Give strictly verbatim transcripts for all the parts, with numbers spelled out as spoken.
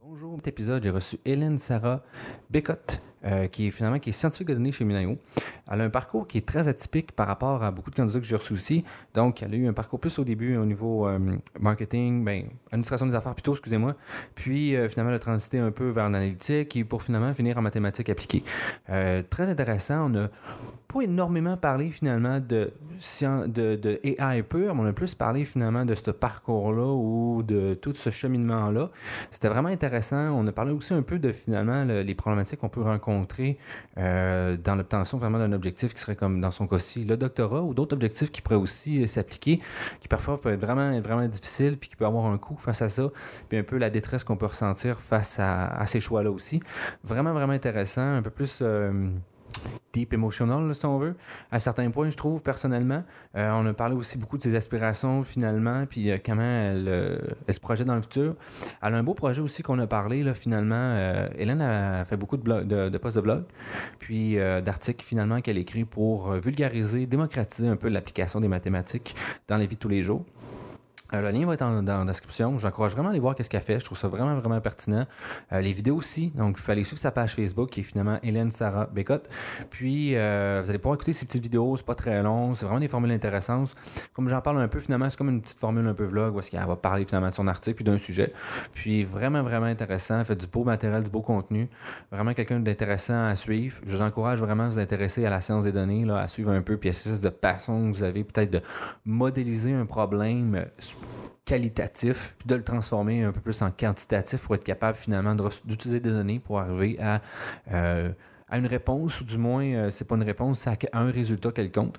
Bonjour, cet épisode, j'ai reçu Hélène Sarah Bécotte, euh, qui est finalement qui est scientifique de données chez Minayo. Elle a un parcours qui est très atypique par rapport à beaucoup de candidats que j'ai reçus aussi. Donc, elle a eu un parcours plus au début au niveau euh, marketing, ben, administration des affaires plutôt, excusez-moi. Puis, euh, finalement, elle a transité un peu vers l'analytique et pour finalement finir en mathématiques appliquées. Euh, très intéressant. On n'a pas énormément parlé finalement de, de, de A I pur, mais on a plus parlé finalement de ce parcours-là ou de tout ce cheminement-là. C'était vraiment intéressant. On a parlé aussi un peu de finalement le, les problématiques qu'on peut rencontrer euh, dans l'obtention vraiment d'un objectif qui serait comme dans son cas-ci le doctorat ou d'autres objectifs qui pourraient aussi s'appliquer, qui parfois peuvent être vraiment, vraiment difficiles puis qui peut avoir un coût face à ça, puis un peu la détresse qu'on peut ressentir face à, à ces choix-là aussi. Vraiment, vraiment intéressant, un peu plus... Euh, deep emotional, là, si on veut, à certains points, je trouve, personnellement. Euh, on a parlé aussi beaucoup de ses aspirations, finalement, puis euh, comment elle, euh, elle se projette dans le futur. Elle a un beau projet aussi qu'on a parlé, là, finalement. Euh, Hélène a fait beaucoup de, blog, de, de posts de blog, puis euh, d'articles, finalement, qu'elle écrit pour vulgariser, démocratiser un peu l'application des mathématiques dans la vie de tous les jours. Euh, le lien va être en, dans la description. J'encourage vraiment à aller voir ce qu'elle fait. Je trouve ça vraiment, vraiment pertinent. Euh, les vidéos aussi. Donc, il fallait suivre sa page Facebook qui est finalement Hélène Sarah Bécotte. Puis, euh, vous allez pouvoir écouter ces petites vidéos. C'est pas très long. C'est vraiment des formules intéressantes. Comme j'en parle un peu, finalement, c'est comme une petite formule un peu vlog où est-ce qu'elle va parler finalement de son article puis d'un sujet. Puis, vraiment, vraiment intéressant. Elle fait du beau matériel, du beau contenu. Vraiment quelqu'un d'intéressant à suivre. Je vous encourage vraiment à vous intéresser à la science des données, là, à suivre un peu. Puis, espèce de passion que vous avez peut-être de modéliser un problème qualitatif, puis de le transformer un peu plus en quantitatif pour être capable finalement de, d'utiliser des données pour arriver à, euh, à une réponse, ou du moins, euh, c'est pas une réponse, c'est à, à un résultat quelconque.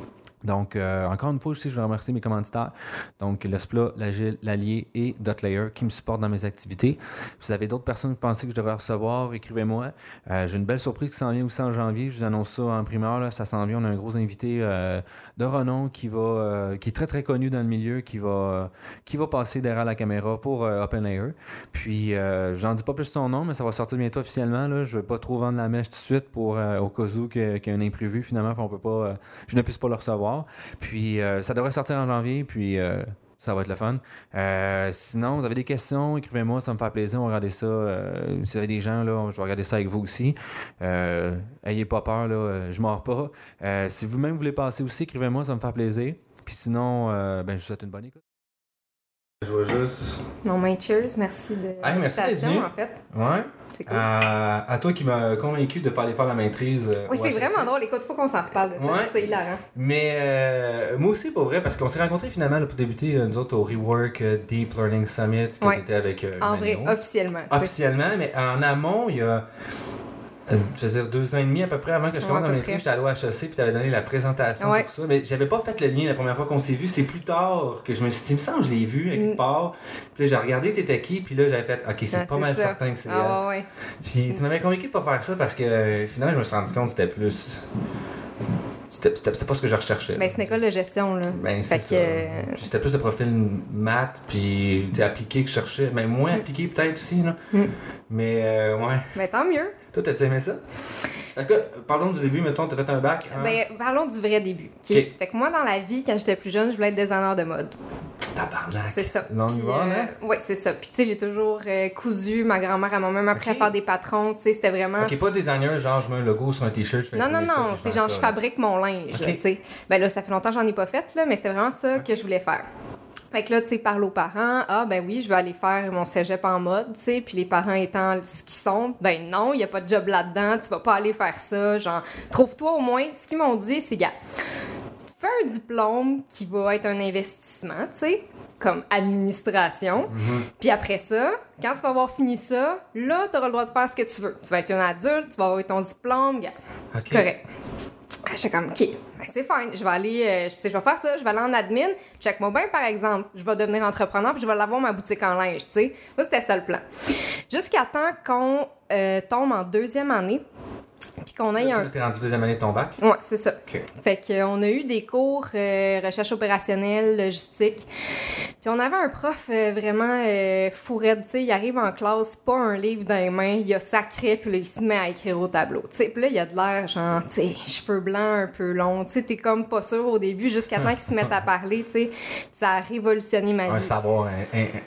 Donc, euh, encore une fois, aussi, je veux remercier mes commanditaires. Donc, le Splat, l'Agile, l'Allier et Dotlayer qui me supportent dans mes activités. Si vous avez d'autres personnes que vous pensez que je devrais recevoir, écrivez-moi. Euh, j'ai une belle surprise qui s'en vient aussi en janvier. Je vous annonce ça en primeur. Là, ça s'en vient. On a un gros invité euh, de renom qui va, euh, qui est très, très connu dans le milieu, qui va, euh, qui va passer derrière la caméra pour euh, OpenLayer. Puis, euh, j'en dis pas plus son nom, mais ça va sortir bientôt officiellement. Là. Je ne vais pas trop vendre la mèche tout de suite pour, euh, au cas où qu'il y a un imprévu. Finalement, on peut pas, euh, je ne puisse pas le recevoir. Puis euh, ça devrait sortir en janvier, puis euh, ça va être le fun. Euh, sinon, vous avez des questions, écrivez-moi, ça me fait plaisir, on va regarder ça. Euh, si vous avez des gens, là, je vais regarder ça avec vous aussi. Euh, ayez pas peur, là, je mords pas. Euh, si vous-même voulez passer aussi, écrivez-moi, ça me fait plaisir. Puis sinon, euh, ben, je vous souhaite une bonne écoute. Je vois juste... Non, mais cheers, merci de hey, l'invitation, en fait. Ouais. C'est cool. À, à toi qui m'as convaincu de ne pas aller faire la maîtrise. Euh, oui, c'est vraiment drôle. Écoute, faut qu'on s'en reparle de ça. Ouais. Je trouve ça hilarant. Mais euh, moi aussi, pas vrai, parce qu'on s'est rencontrés finalement là, pour débuter, euh, nous autres, au Rework euh, Deep Learning Summit, quand ouais. tu étais avec euh, En Mano. vrai, officiellement. Officiellement, mais en amont, il y a... Euh, je veux dire, deux ans et demi à peu près avant que je commence ouais, ma maîtrise, j'étais allé au H E C puis tu avais donné la présentation ouais. sur ça. Mais j'avais pas fait le lien la première fois qu'on s'est vu. C'est plus tard que je me suis dit, il me semble que je l'ai vu à quelque part. Puis là, j'ai regardé t'étais qui, puis là, j'avais fait, ok, c'est ah, pas c'est mal ça. Certain que c'est ah, elle. Ouais, ouais. Puis tu m'avais convaincu de pas faire ça parce que euh, finalement, je me suis rendu compte que c'était plus. C'était, c'était, c'était pas ce que je recherchais. Ben, c'est une école de gestion, là. Ben, c'est fait ça. Que... J'étais plus de profil maths, puis appliqué que je cherchais. Ben, moins mm. appliqué peut-être aussi, là. Mm. Mais, euh, ouais. Ben, tant mieux. Toi, t'as-tu aimé ça? Est-ce que, parlons du début, mettons, t'as fait un bac? Hein? Ben, parlons du vrai début. Okay? Okay. Fait que moi, dans la vie, quand j'étais plus jeune, je voulais être designer de mode. Tabarnak! C'est ça. Longue Puis, voie, euh, oui, c'est ça. Puis, tu sais, j'ai toujours euh, cousu. Ma grand-mère, elle m'a même appris okay. à faire des patrons. Tu sais, c'était vraiment... OK, pas designer, genre, je mets un logo sur un T-shirt, je fais Non, non, non. Ça, c'est genre, ça, je fabrique mon linge, okay. tu sais. Ben là, ça fait longtemps que j'en ai pas fait, là, mais c'était vraiment ça okay. que je voulais faire. Fait que là, tu sais, parle aux parents. Ah, ben oui, je vais aller faire mon cégep en mode, tu sais. Puis les parents étant ce qu'ils sont, ben non, il n'y a pas de job là-dedans. Tu vas pas aller faire ça. Genre, trouve-toi au moins. Ce qu'ils m'ont dit, c'est, gars, fais un diplôme qui va être un investissement, tu sais, comme administration. Mm-hmm. Puis après ça, quand tu vas avoir fini ça, là, tu auras le droit de faire ce que tu veux. Tu vas être un adulte, tu vas avoir ton diplôme, gars. Okay. Correct. J'étais comme, OK, ben c'est fine, je vais aller, euh, tu sais, je vais faire ça, je vais aller en admin, check-moi bien, par exemple, je vais devenir entrepreneur, puis je vais l'avoir ma boutique en linge, tu sais. Moi, c'était ça le plan. Jusqu'à temps qu'on euh, tombe en deuxième année, puis qu'on ait un... T'es rendu deuxième année de ton bac? Ouais, c'est ça. Okay. Fait qu'on a eu des cours euh, recherche opérationnelle, logistique. Puis on avait un prof euh, vraiment euh, fourette, tu sais, il arrive en classe, pas un livre dans les mains, il a sacré, puis là, il se met à écrire au tableau, tu sais. Puis là, il a de l'air, genre, tu sais, cheveux blancs un peu longs, tu sais, t'es comme pas sûr au début, jusqu'à temps qu'il se mette à parler, tu sais. Ça a révolutionné ma vie. Un savoir... Un, un...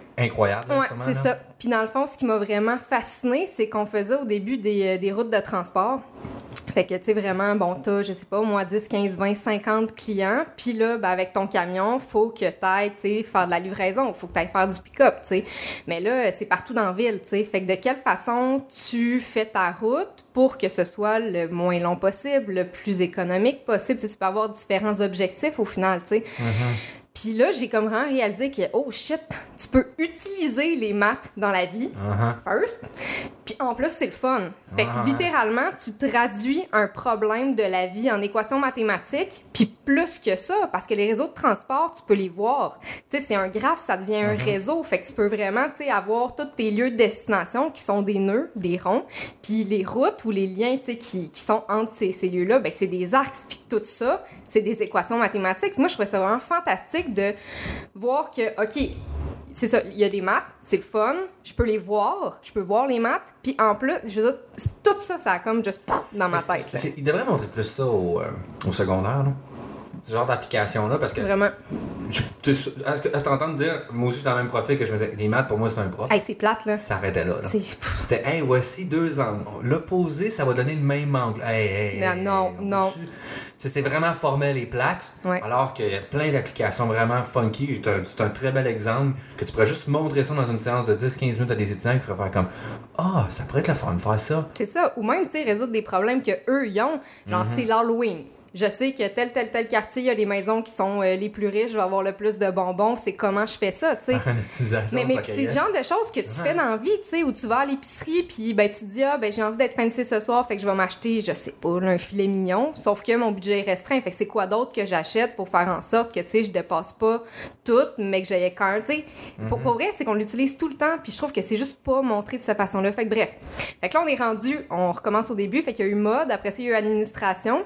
incroyable. Oui, c'est là. ça. Puis dans le fond, ce qui m'a vraiment fasciné, c'est qu'on faisait au début des, des routes de transport. Fait que, tu sais, vraiment, bon, t'as, je sais pas, moi, dix, quinze, vingt, cinquante clients. Puis là, ben, avec ton camion, faut que t'ailles, tu sais, faire de la livraison. Faut que t'ailles faire du pick-up, tu sais. Mais là, c'est partout dans la ville, tu sais. Fait que de quelle façon tu fais ta route pour que ce soit le moins long possible, le plus économique possible? Tu sais, tu peux avoir différents objectifs au final, tu sais. Mm-hmm. Puis là, j'ai comme vraiment réalisé que, oh shit, tu peux utiliser les maths dans la vie, uh-huh. first. Puis en plus, c'est le fun. Fait que uh-huh. littéralement, tu traduis un problème de la vie en équation mathématique, puis plus que ça, parce que les réseaux de transport, tu peux les voir. Tu sais, c'est un graphe, ça devient uh-huh. un réseau. Fait que tu peux vraiment, tu sais, avoir tous tes lieux de destination qui sont des nœuds, des ronds, puis les routes ou les liens, tu sais, qui, qui sont entre ces, ces lieux-là, ben c'est des axes, puis tout ça, c'est des équations mathématiques. Moi, je trouvais ça vraiment fantastique de voir que, OK, c'est ça, il y a des maths, c'est le fun, je peux les voir, je peux voir les maths, puis en plus, je veux dire, tout ça, ça a comme juste pouf, dans ma tête. C'est, c'est, il devrait montrer plus ça au, euh, au secondaire, là. Ce genre d'application-là, parce que... Vraiment. Je, tu, est-ce que tu t'entends dire, moi aussi, j'étais dans le même profil, que je me disais, les maths, pour moi, c'est un prof. Hey, c'est plate, là. Ça arrêtait là, là. C'est... C'était, hey, voici deux angles. L'opposé, ça va donner le même angle. Hey, hey, non, hey, non, hey, non. C'est, c'est vraiment formel et plate, ouais. alors qu'il y a plein d'applications vraiment funky. C'est un, c'est un très bel exemple que tu pourrais juste montrer ça dans une séance de dix à quinze minutes à des étudiants qui pourraient faire comme « Ah, oh, ça pourrait être le fun de faire ça. » C'est ça. Ou même, tu sais, résoudre des problèmes qu'eux, ils ont. Genre, mm-hmm. c'est l'Halloween. Je sais que tel, tel, tel quartier, il y a les maisons qui sont euh, les plus riches, je vais avoir le plus de bonbons. C'est comment je fais ça, tu sais. Mais, mais c'est le genre de choses que tu ouais. fais dans la vie, tu sais, où tu vas à l'épicerie, puis ben, tu te dis, ah, ben, j'ai envie d'être fancy ce soir, fait que je vais m'acheter, je sais pas, là, un filet mignon. Sauf que mon budget est restreint. Fait que c'est quoi d'autre que j'achète pour faire en sorte que, tu sais, je dépasse pas tout, mais que j'aille quand même, tu sais. Mm-hmm. Pour, pour vrai, c'est qu'on l'utilise tout le temps, puis je trouve que c'est juste pas montré de cette façon-là. Fait que bref. Fait que là, on est rendu, on recommence au début, fait qu'il y a eu mode, après ça, il y a eu administration.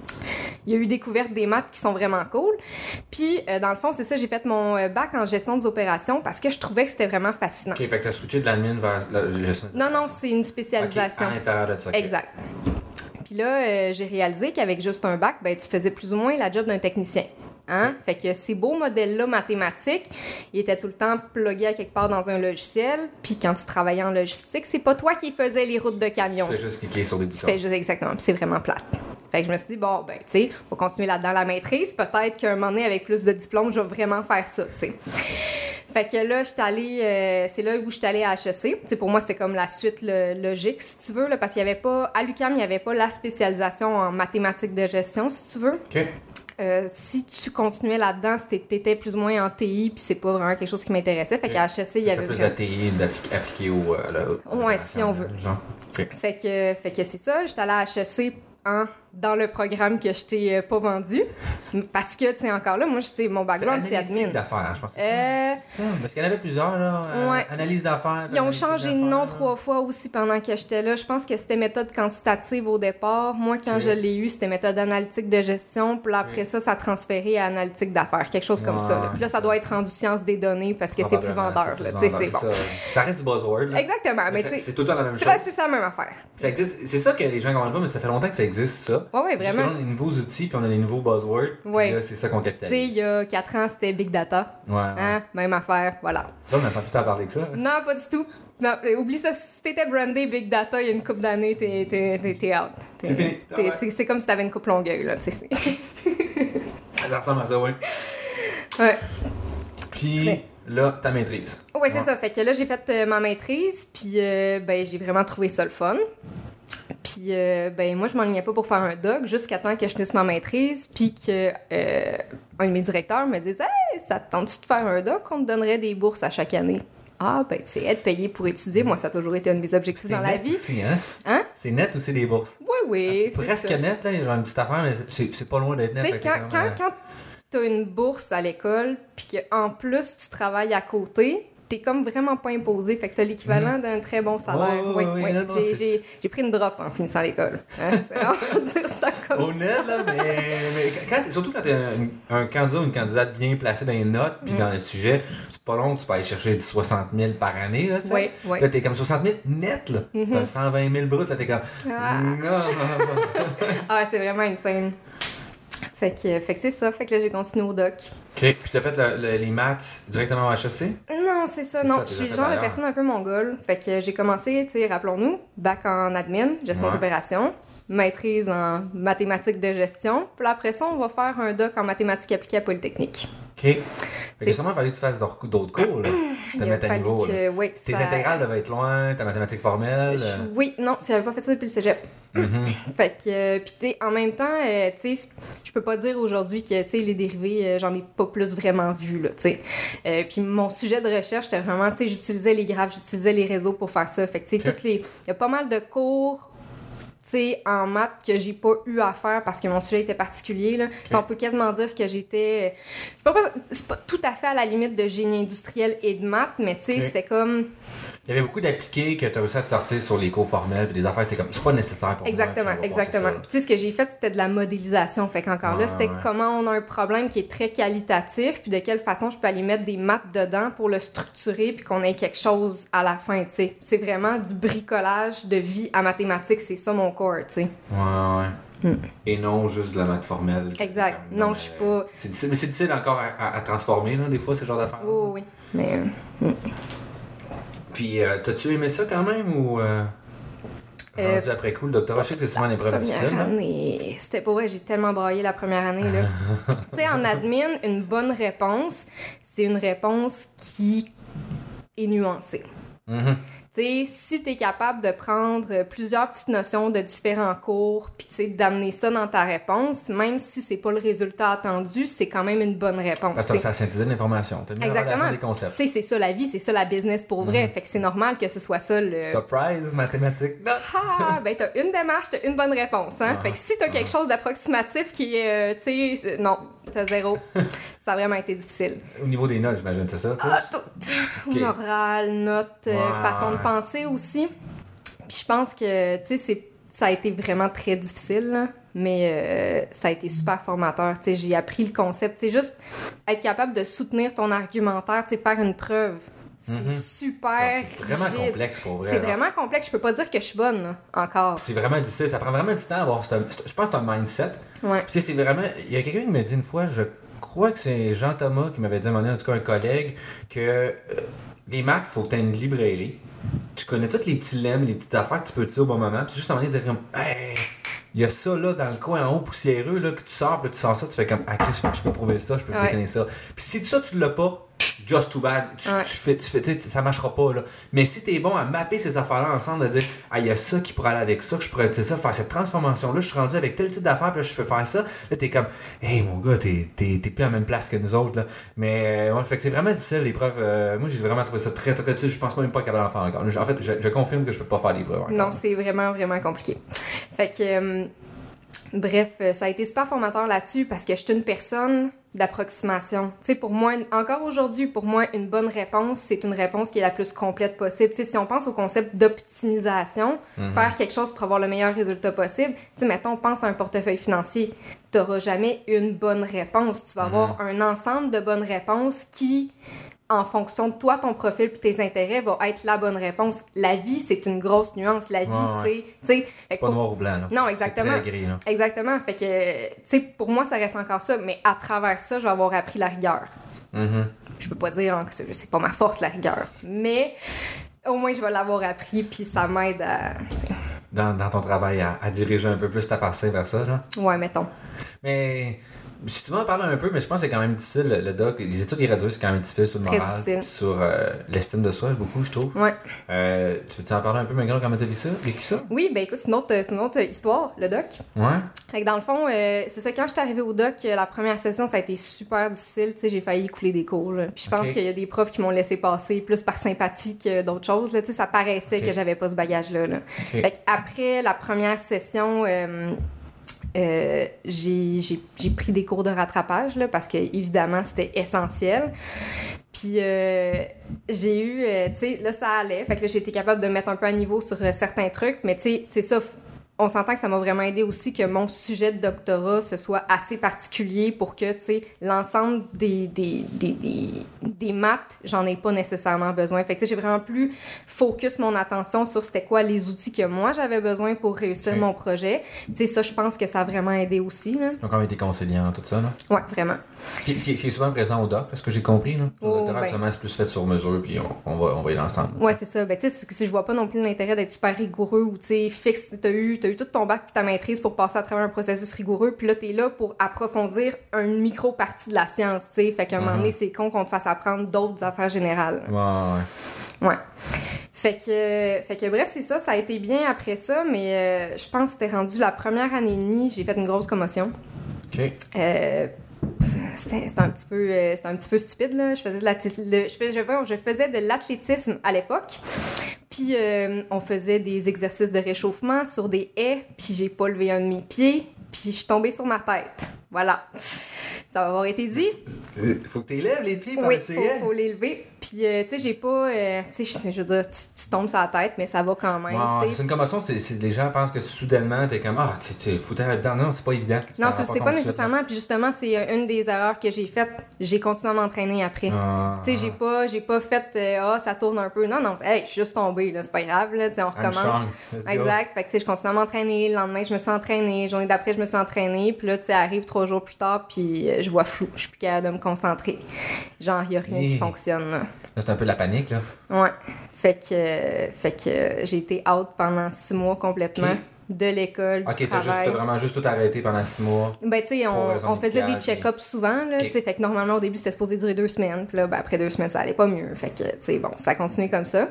Il y a eu découverte des maths qui sont vraiment cool. Puis, euh, dans le fond, c'est ça, j'ai fait mon bac en gestion des opérations parce que je trouvais que c'était vraiment fascinant. OK, fait que tu as switché de l'admin vers la gestion des Non, non, c'est une spécialisation. Okay, à l'intérieur de ça. Okay. Exact. Puis là, euh, j'ai réalisé qu'avec juste un bac, ben, tu faisais plus ou moins la job d'un technicien. Hein? Okay. Fait que ces beaux modèles-là mathématiques, ils étaient tout le temps plugués à quelque part dans un logiciel. Puis quand tu travaillais en logistique, c'est pas toi qui faisais les routes de camion. Tu fais juste cliquer sur des boutons. Tu fais juste exactement. Puis c'est vraiment plate. Fait que je me suis dit, bon, ben, tu sais, on va continuer là-dedans la maîtrise. Peut-être qu'à un moment donné, avec plus de diplômes, je vais vraiment faire ça, tu sais. Fait que là, je suis allée, euh, c'est là où je suis allée à H E C. Tu sais, pour moi, c'était comme la suite le, logique, si tu veux, là, parce qu'il y avait pas, à l'U Q A M, il n'y avait pas la spécialisation en mathématiques de gestion, si tu veux. OK. Euh, si tu continuais là-dedans, t'étais plus ou moins en T I, puis c'est pas vraiment quelque chose qui m'intéressait. Fait qu'à H E C, il y avait plus de T I appliqué au... Euh, là, ouais, si on veut. Genre. Okay. Fait que, fait que c'est ça, j'étais allée à H E C en, dans le programme que je t'ai euh, pas vendu. Parce que, tu sais, encore là, moi, je sais, mon background, c'est admin. d'affaires, je pense. Euh... Ça, parce qu'il y en avait plusieurs, là. Euh, ouais. Analyse d'affaires. Ils ont changé de nom trois fois aussi pendant que j'étais là. Je pense que c'était méthode quantitative au départ. Moi, quand okay. je l'ai eu, c'était méthode analytique de gestion. Puis là, après okay. ça, ça a transféré à analytique d'affaires. Quelque chose comme ouais, ça. Là. Puis là, ça doit être rendu science des données parce que c'est plus vendeur. Là. C'est, c'est bon. Ça, ça reste du buzzword. Là. Exactement. Mais, mais c'est tout le temps la même chose. C'est, c'est la même affaire. Ça existe. C'est ça que les gens ne comprennent pas, mais ça fait longtemps que ça existe, ça. Oui, oui, vraiment. On a des nouveaux outils, puis on a des nouveaux buzzwords. Oui. Là, c'est ça qu'on capitalise. Tu sais, il y a quatre ans, c'était Big Data. Ouais. ouais. Hein? Même affaire, voilà. Là, on n'a pas plus à parler que ça. Hein? Non, pas du tout. Non, oublie ça. Si t'étais brandé Big Data il y a une couple d'années, t'es, t'es, t'es, t'es out. T'es, c'est fini. T'es, ah ouais. c'est, c'est comme si t'avais une coupe longueuil, là. Tu sais. Ça ressemble à ça, oui. Ouais. Puis... Mais... Là, ta maîtrise. Oui, c'est ouais. ça. Fait que là, j'ai fait euh, ma maîtrise, puis euh, ben, j'ai vraiment trouvé ça le fun. Puis, euh, ben, moi, je m'enlignais pas pour faire un doc jusqu'à temps que je finisse ma maîtrise, puis que euh, un de mes directeurs me disait « Hey, ça te tente-tu de faire un doc? On te donnerait des bourses à chaque année. » Ah, ben, tu sais, être payé pour étudier, moi, ça a toujours été un de mes objectifs c'est dans la vie. Aussi, hein? Hein? C'est net ou c'est des bourses? Oui, oui, ah, c'est presque ça. net, là, genre une petite affaire, mais c'est, c'est pas loin d'être net. Tu sais, quand, quand, quand t'as une bourse à l'école, puis qu'en plus, tu travailles à côté, t'es comme vraiment pas imposé. Fait que t'as l'équivalent mmh. d'un très bon salaire. Oh, oui, oui, oui. Non, non, j'ai, j'ai, j'ai pris une drop en finissant l'école. Hein? C'est vraiment dire ça comme honnête, ça. là, mais, mais quand, surtout quand t'es un, un candidat ou une candidate bien placée dans les notes puis mmh. dans le sujet, c'est pas long, tu peux aller chercher du soixante mille par année, là, tu sais. Oui, oui. Là, t'es comme soixante mille net, là. Mmh. C'est un cent vingt mille brut, là, t'es comme... Ah, ah c'est vraiment insane. Fait que, fait que c'est ça. Fait que là, j'ai continué au doc. OK. Puis tu as fait le, le, les maths directement au H E C? Non, c'est ça. C'est non, ça, je suis le genre de personne un peu mongole. Fait que j'ai commencé, tu sais, rappelons-nous, bac en admin, gestion ouais. d'opération, maîtrise en mathématiques de gestion. Puis après ça, on va faire un doc en mathématiques appliquées à Polytechnique. OK. Fait que sûrement, il fallait que tu fasses d'autres cours, là. Te mettre à niveau, que, oui, Tes ça... intégrales devaient être loin, ta mathématique formelle. Je, oui, non, j'avais pas fait ça depuis le cégep. Mm-hmm. Fait que, euh, puis tu sais, en même temps, euh, tu sais, je peux pas dire aujourd'hui que, tu sais, les dérivés, euh, j'en ai pas plus vraiment vu, là, tu sais. Euh, puis mon sujet de recherche, c'était vraiment, tu sais, j'utilisais les graphes, j'utilisais les réseaux pour faire ça. Fait que, tu sais, okay. toutes les... Il y a pas mal de cours... T'sais, en maths que j'ai pas eu à faire parce que mon sujet était particulier. Là. Okay. On peut quasiment dire que j'étais... C'est pas, c'est pas tout à fait à la limite de génie industriel et de maths, mais okay. c'était comme... Il y avait beaucoup d'appliqués que tu as réussi à te sortir sur les cours formels, puis des affaires étaient comme... C'est pas nécessaire pour exactement, moi. Exactement, exactement. Puis tu sais, ce que j'ai fait, c'était de la modélisation. Fait qu'encore ouais, là, c'était ouais. comment on a un problème qui est très qualitatif, puis de quelle façon je peux aller mettre des maths dedans pour le structurer, puis qu'on ait quelque chose à la fin, tu sais. C'est vraiment du bricolage de vie à mathématiques, c'est ça mon corps, tu sais. Ouais, ouais. Mm. Et non juste de la maths formelle. Exact. Comme, non, je suis pas... C'est difficile, mais c'est difficile encore à, à, à transformer, là, des fois, ce genre d'affaires. Oh, oui, mais... Mm. Puis, euh, t'as-tu aimé ça quand même ou euh, euh, rendu après coup le doctorat? Je sais que t'es souvent une épreuve difficile. Année, c'était pas vrai, j'ai tellement braillé la première année. Là. Tu sais, en admin, une bonne réponse, c'est une réponse qui est nuancée. Mm-hmm. Tu sais, si t'es capable de prendre plusieurs petites notions de différents cours, puis tu sais, d'amener ça dans ta réponse, même si c'est pas le résultat attendu, c'est quand même une bonne réponse. Parce que ça synthétise l'information. T'as mis exactement. En relation des concepts. Tu sais, c'est ça la vie, c'est ça la business pour vrai. Mm. Fait que c'est normal que ce soit ça le... Surprise, mathématiques. Ah, ben t'as une démarche, t'as une bonne réponse, hein. Ah, fait que si t'as quelque ah. chose d'approximatif qui est, euh, tu sais, non, t'as zéro. Ça a vraiment été difficile. Au niveau des notes, j'imagine, c'est ça? Ah, tout. Okay. Moral, notes, ouais. euh, façon de penser aussi. Puis je pense que, tu sais, c'est, ça a été vraiment très difficile, là, mais euh, ça a été super formateur. Tu sais, j'ai appris le concept. C'est juste être capable de soutenir ton argumentaire, tu sais, faire une preuve. C'est mm-hmm. super non, c'est vraiment rigide. Complexe pour vrai. C'est là. vraiment complexe. Je peux pas dire que je suis bonne, là, encore. C'est vraiment difficile. Ça prend vraiment du temps à avoir... Ce, je pense que c'est un mindset. Ouais. Puis c'est vraiment... Il y a quelqu'un qui me dit une fois, je crois que c'est Jean Thomas qui m'avait dit à un moment donné, en tout cas un collègue, que euh, les maths, il faut que tu aies une librairie. Tu connais tous les petits lemmes, les petites affaires que tu peux utiliser au bon moment. Puis juste à un moment donné, dire comme, hey, il y a ça là dans le coin en haut poussiéreux, là, que tu sors, puis là, tu sors ça, tu fais comme, ah, qu'est-ce que je peux prouver ça, je peux ouais. déconner ça. Puis si ça, tu l'as pas, just too bad. Tu, ouais. tu fais, tu fais, tu sais, ça marchera pas, là. Mais si t'es bon à mapper ces affaires-là ensemble, de dire, ah, il y a ça qui pourrait aller avec ça, que je pourrais utiliser ça, faire cette transformation-là, je suis rendu avec tel type d'affaires, puis là, je fais faire ça. Là, t'es comme, hey, mon gars, t'es, t'es, t'es plus à la même place que nous autres, là. Mais, ouais, fait que c'est vraiment difficile, l'épreuve. Euh, moi, j'ai vraiment trouvé ça très, très, très, je pense même pas capable d'en faire encore. En fait, je, je confirme que je peux pas faire l'épreuve encore. Non, c'est vraiment, vraiment compliqué. Fait que, euh, bref, ça a été super formateur là-dessus parce que je suis une personne d'approximation. Tu sais, pour moi, encore aujourd'hui, pour moi, une bonne réponse, c'est une réponse qui est la plus complète possible. Tu sais, si on pense au concept d'optimisation, mm-hmm. faire quelque chose pour avoir le meilleur résultat possible, tu sais, mettons, pense à un portefeuille financier. Tu n'auras jamais une bonne réponse. Tu vas mm-hmm. avoir un ensemble de bonnes réponses qui, en fonction de toi, ton profil puis tes intérêts, va être la bonne réponse. La vie, c'est une grosse nuance. La vie, ouais, ouais. c'est... Tu sais, pas noir ou blanc, là. Non, exactement. C'est très gris, là. Exactement. Fait que, tu sais, pour moi, ça reste encore ça, mais à travers ça, je vais avoir appris la rigueur. Mm-hmm. Je peux pas dire que c'est pas ma force, la rigueur, mais au moins, je vais l'avoir appris, puis ça m'aide à... Dans, dans ton travail, à, à diriger un peu plus ta pensée vers ça, là? Ouais, mettons. Mais... Si tu veux en parler un peu, mais je pense que c'est quand même difficile, le, le doc. Les études irradiées, c'est quand même difficile sur le Très moral. Difficile. Sur euh, l'estime de soi, beaucoup, je trouve. Ouais. Euh, tu veux-tu en parler un peu, Megan, comment t'as vu ça, vécu ça? Oui, ben écoute, c'est une autre, c'est une autre histoire, le doc. Ouais. Fait que dans le fond, euh, c'est ça, quand je suis arrivée au doc, la première session, ça a été super difficile. Tu sais, j'ai failli couler des cours, là. Puis je pense okay. qu'il y a des profs qui m'ont laissé passer plus par sympathie que d'autres choses, là. Tu sais, ça paraissait okay. que j'avais pas ce bagage-là, là. Okay. Fait qu'après la première session... Euh, Euh, j'ai, j'ai, j'ai pris des cours de rattrapage, là, parce que évidemment c'était essentiel. Puis euh, j'ai eu, euh, tu sais, là ça allait. Fait que là j'ai été capable de mettre un peu à niveau sur euh, certains trucs. Mais tu sais, c'est ça, on s'entend que ça m'a vraiment aidé aussi que mon sujet de doctorat ce soit assez particulier pour que, tu sais, l'ensemble des, des, des, des, des maths, j'en ai pas nécessairement besoin. Fait que, tu sais, j'ai vraiment plus focus mon attention sur c'était quoi les outils que moi j'avais besoin pour réussir okay. mon projet. Tu sais, ça, je pense que ça a vraiment aidé aussi, là. Donc, on a été conciliant, tout ça, là? Ouais, vraiment. Puis, ce qui est, ce qui est souvent présent au doc, ce que j'ai compris, là. Le oh, doctorat, ben... actuellement, c'est plus fait sur mesure, puis on, on, va, on va y aller ensemble. Ouais, c'est ça. Ben, tu sais, si je vois pas non plus l'intérêt d'être super rigoureux ou, tu sais, fixe, t'as eu, t'as eu tout ton bac puis ta maîtrise pour passer à travers un processus rigoureux, puis là, t'es là pour approfondir une micro-partie de la science, tu sais. Fait qu'à un uh-huh. moment donné, c'est con qu'on te fasse apprendre d'autres affaires générales. Ouais, ouais. Ouais. Fait que, fait que bref, c'est ça. Ça a été bien après ça, mais euh, je pense que c'était rendu la première année et demie, j'ai fait une grosse commotion. OK. Euh... C'était, c'était un petit peu euh, c'était un petit peu stupide là, je faisais de la le, je, fais, je, je faisais de l'athlétisme à l'époque. Puis euh, on faisait des exercices de réchauffement sur des haies, puis j'ai pas levé un de mes pieds, puis je suis tombée sur ma tête. Voilà. Ça va avoir été dit. Faut que tu élèves les pieds pendant oui, ces faut, haies. faut les lever. Puis, euh, tu sais, j'ai pas... Euh, tu sais, je veux dire, tu, tu tombes sur la tête, mais ça va quand même, wow, c'est une commotion, c'est, c'est, les gens pensent que soudainement, t'es comme, ah, tu, tu foutais là-dedans. Non, c'est pas évident. Non, tu le sais pas nécessairement. Puis justement, c'est une des erreurs que j'ai faites. J'ai continué à m'entraîner après. Ah, tu sais, j'ai pas, j'ai pas fait, ah, euh, oh, ça tourne un peu. Non, non, hey, je suis juste tombée, là, c'est pas grave, là, tu sais, on recommence. Exact. Fait que, tu sais, je continue à m'entraîner. Le lendemain, je me suis entraînée. Journée d'après, je me suis entraînée. Puis là, tu sais, arrive trois jours plus tard, puis je vois flou. Je suis plus capable de me concentrer. Genre, il y a rien Et... qui fonctionne, là. Là, c'est un peu la panique, là. Ouais. Fait que, euh, fait que euh, j'ai été out pendant six mois complètement. Okay. De l'école, okay, du travail. Ok, t'as vraiment juste tout arrêté pendant six mois. Ben, tu sais, on, on faisait des check-ups souvent, là, okay. tu sais, fait que normalement, au début, c'était supposé durer deux semaines, puis là, ben, après deux semaines, ça allait pas mieux. Fait que, tu sais, bon, ça a continué comme ça.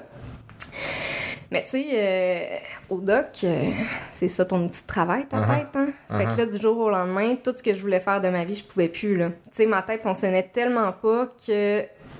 Mais tu sais, euh, au doc, euh, c'est ça ton petit travail, ta uh-huh. tête, hein? Fait uh-huh. que là, du jour au lendemain, tout ce que je voulais faire de ma vie, je pouvais plus, là. Tu sais, ma tête fonctionnait tellement pas que...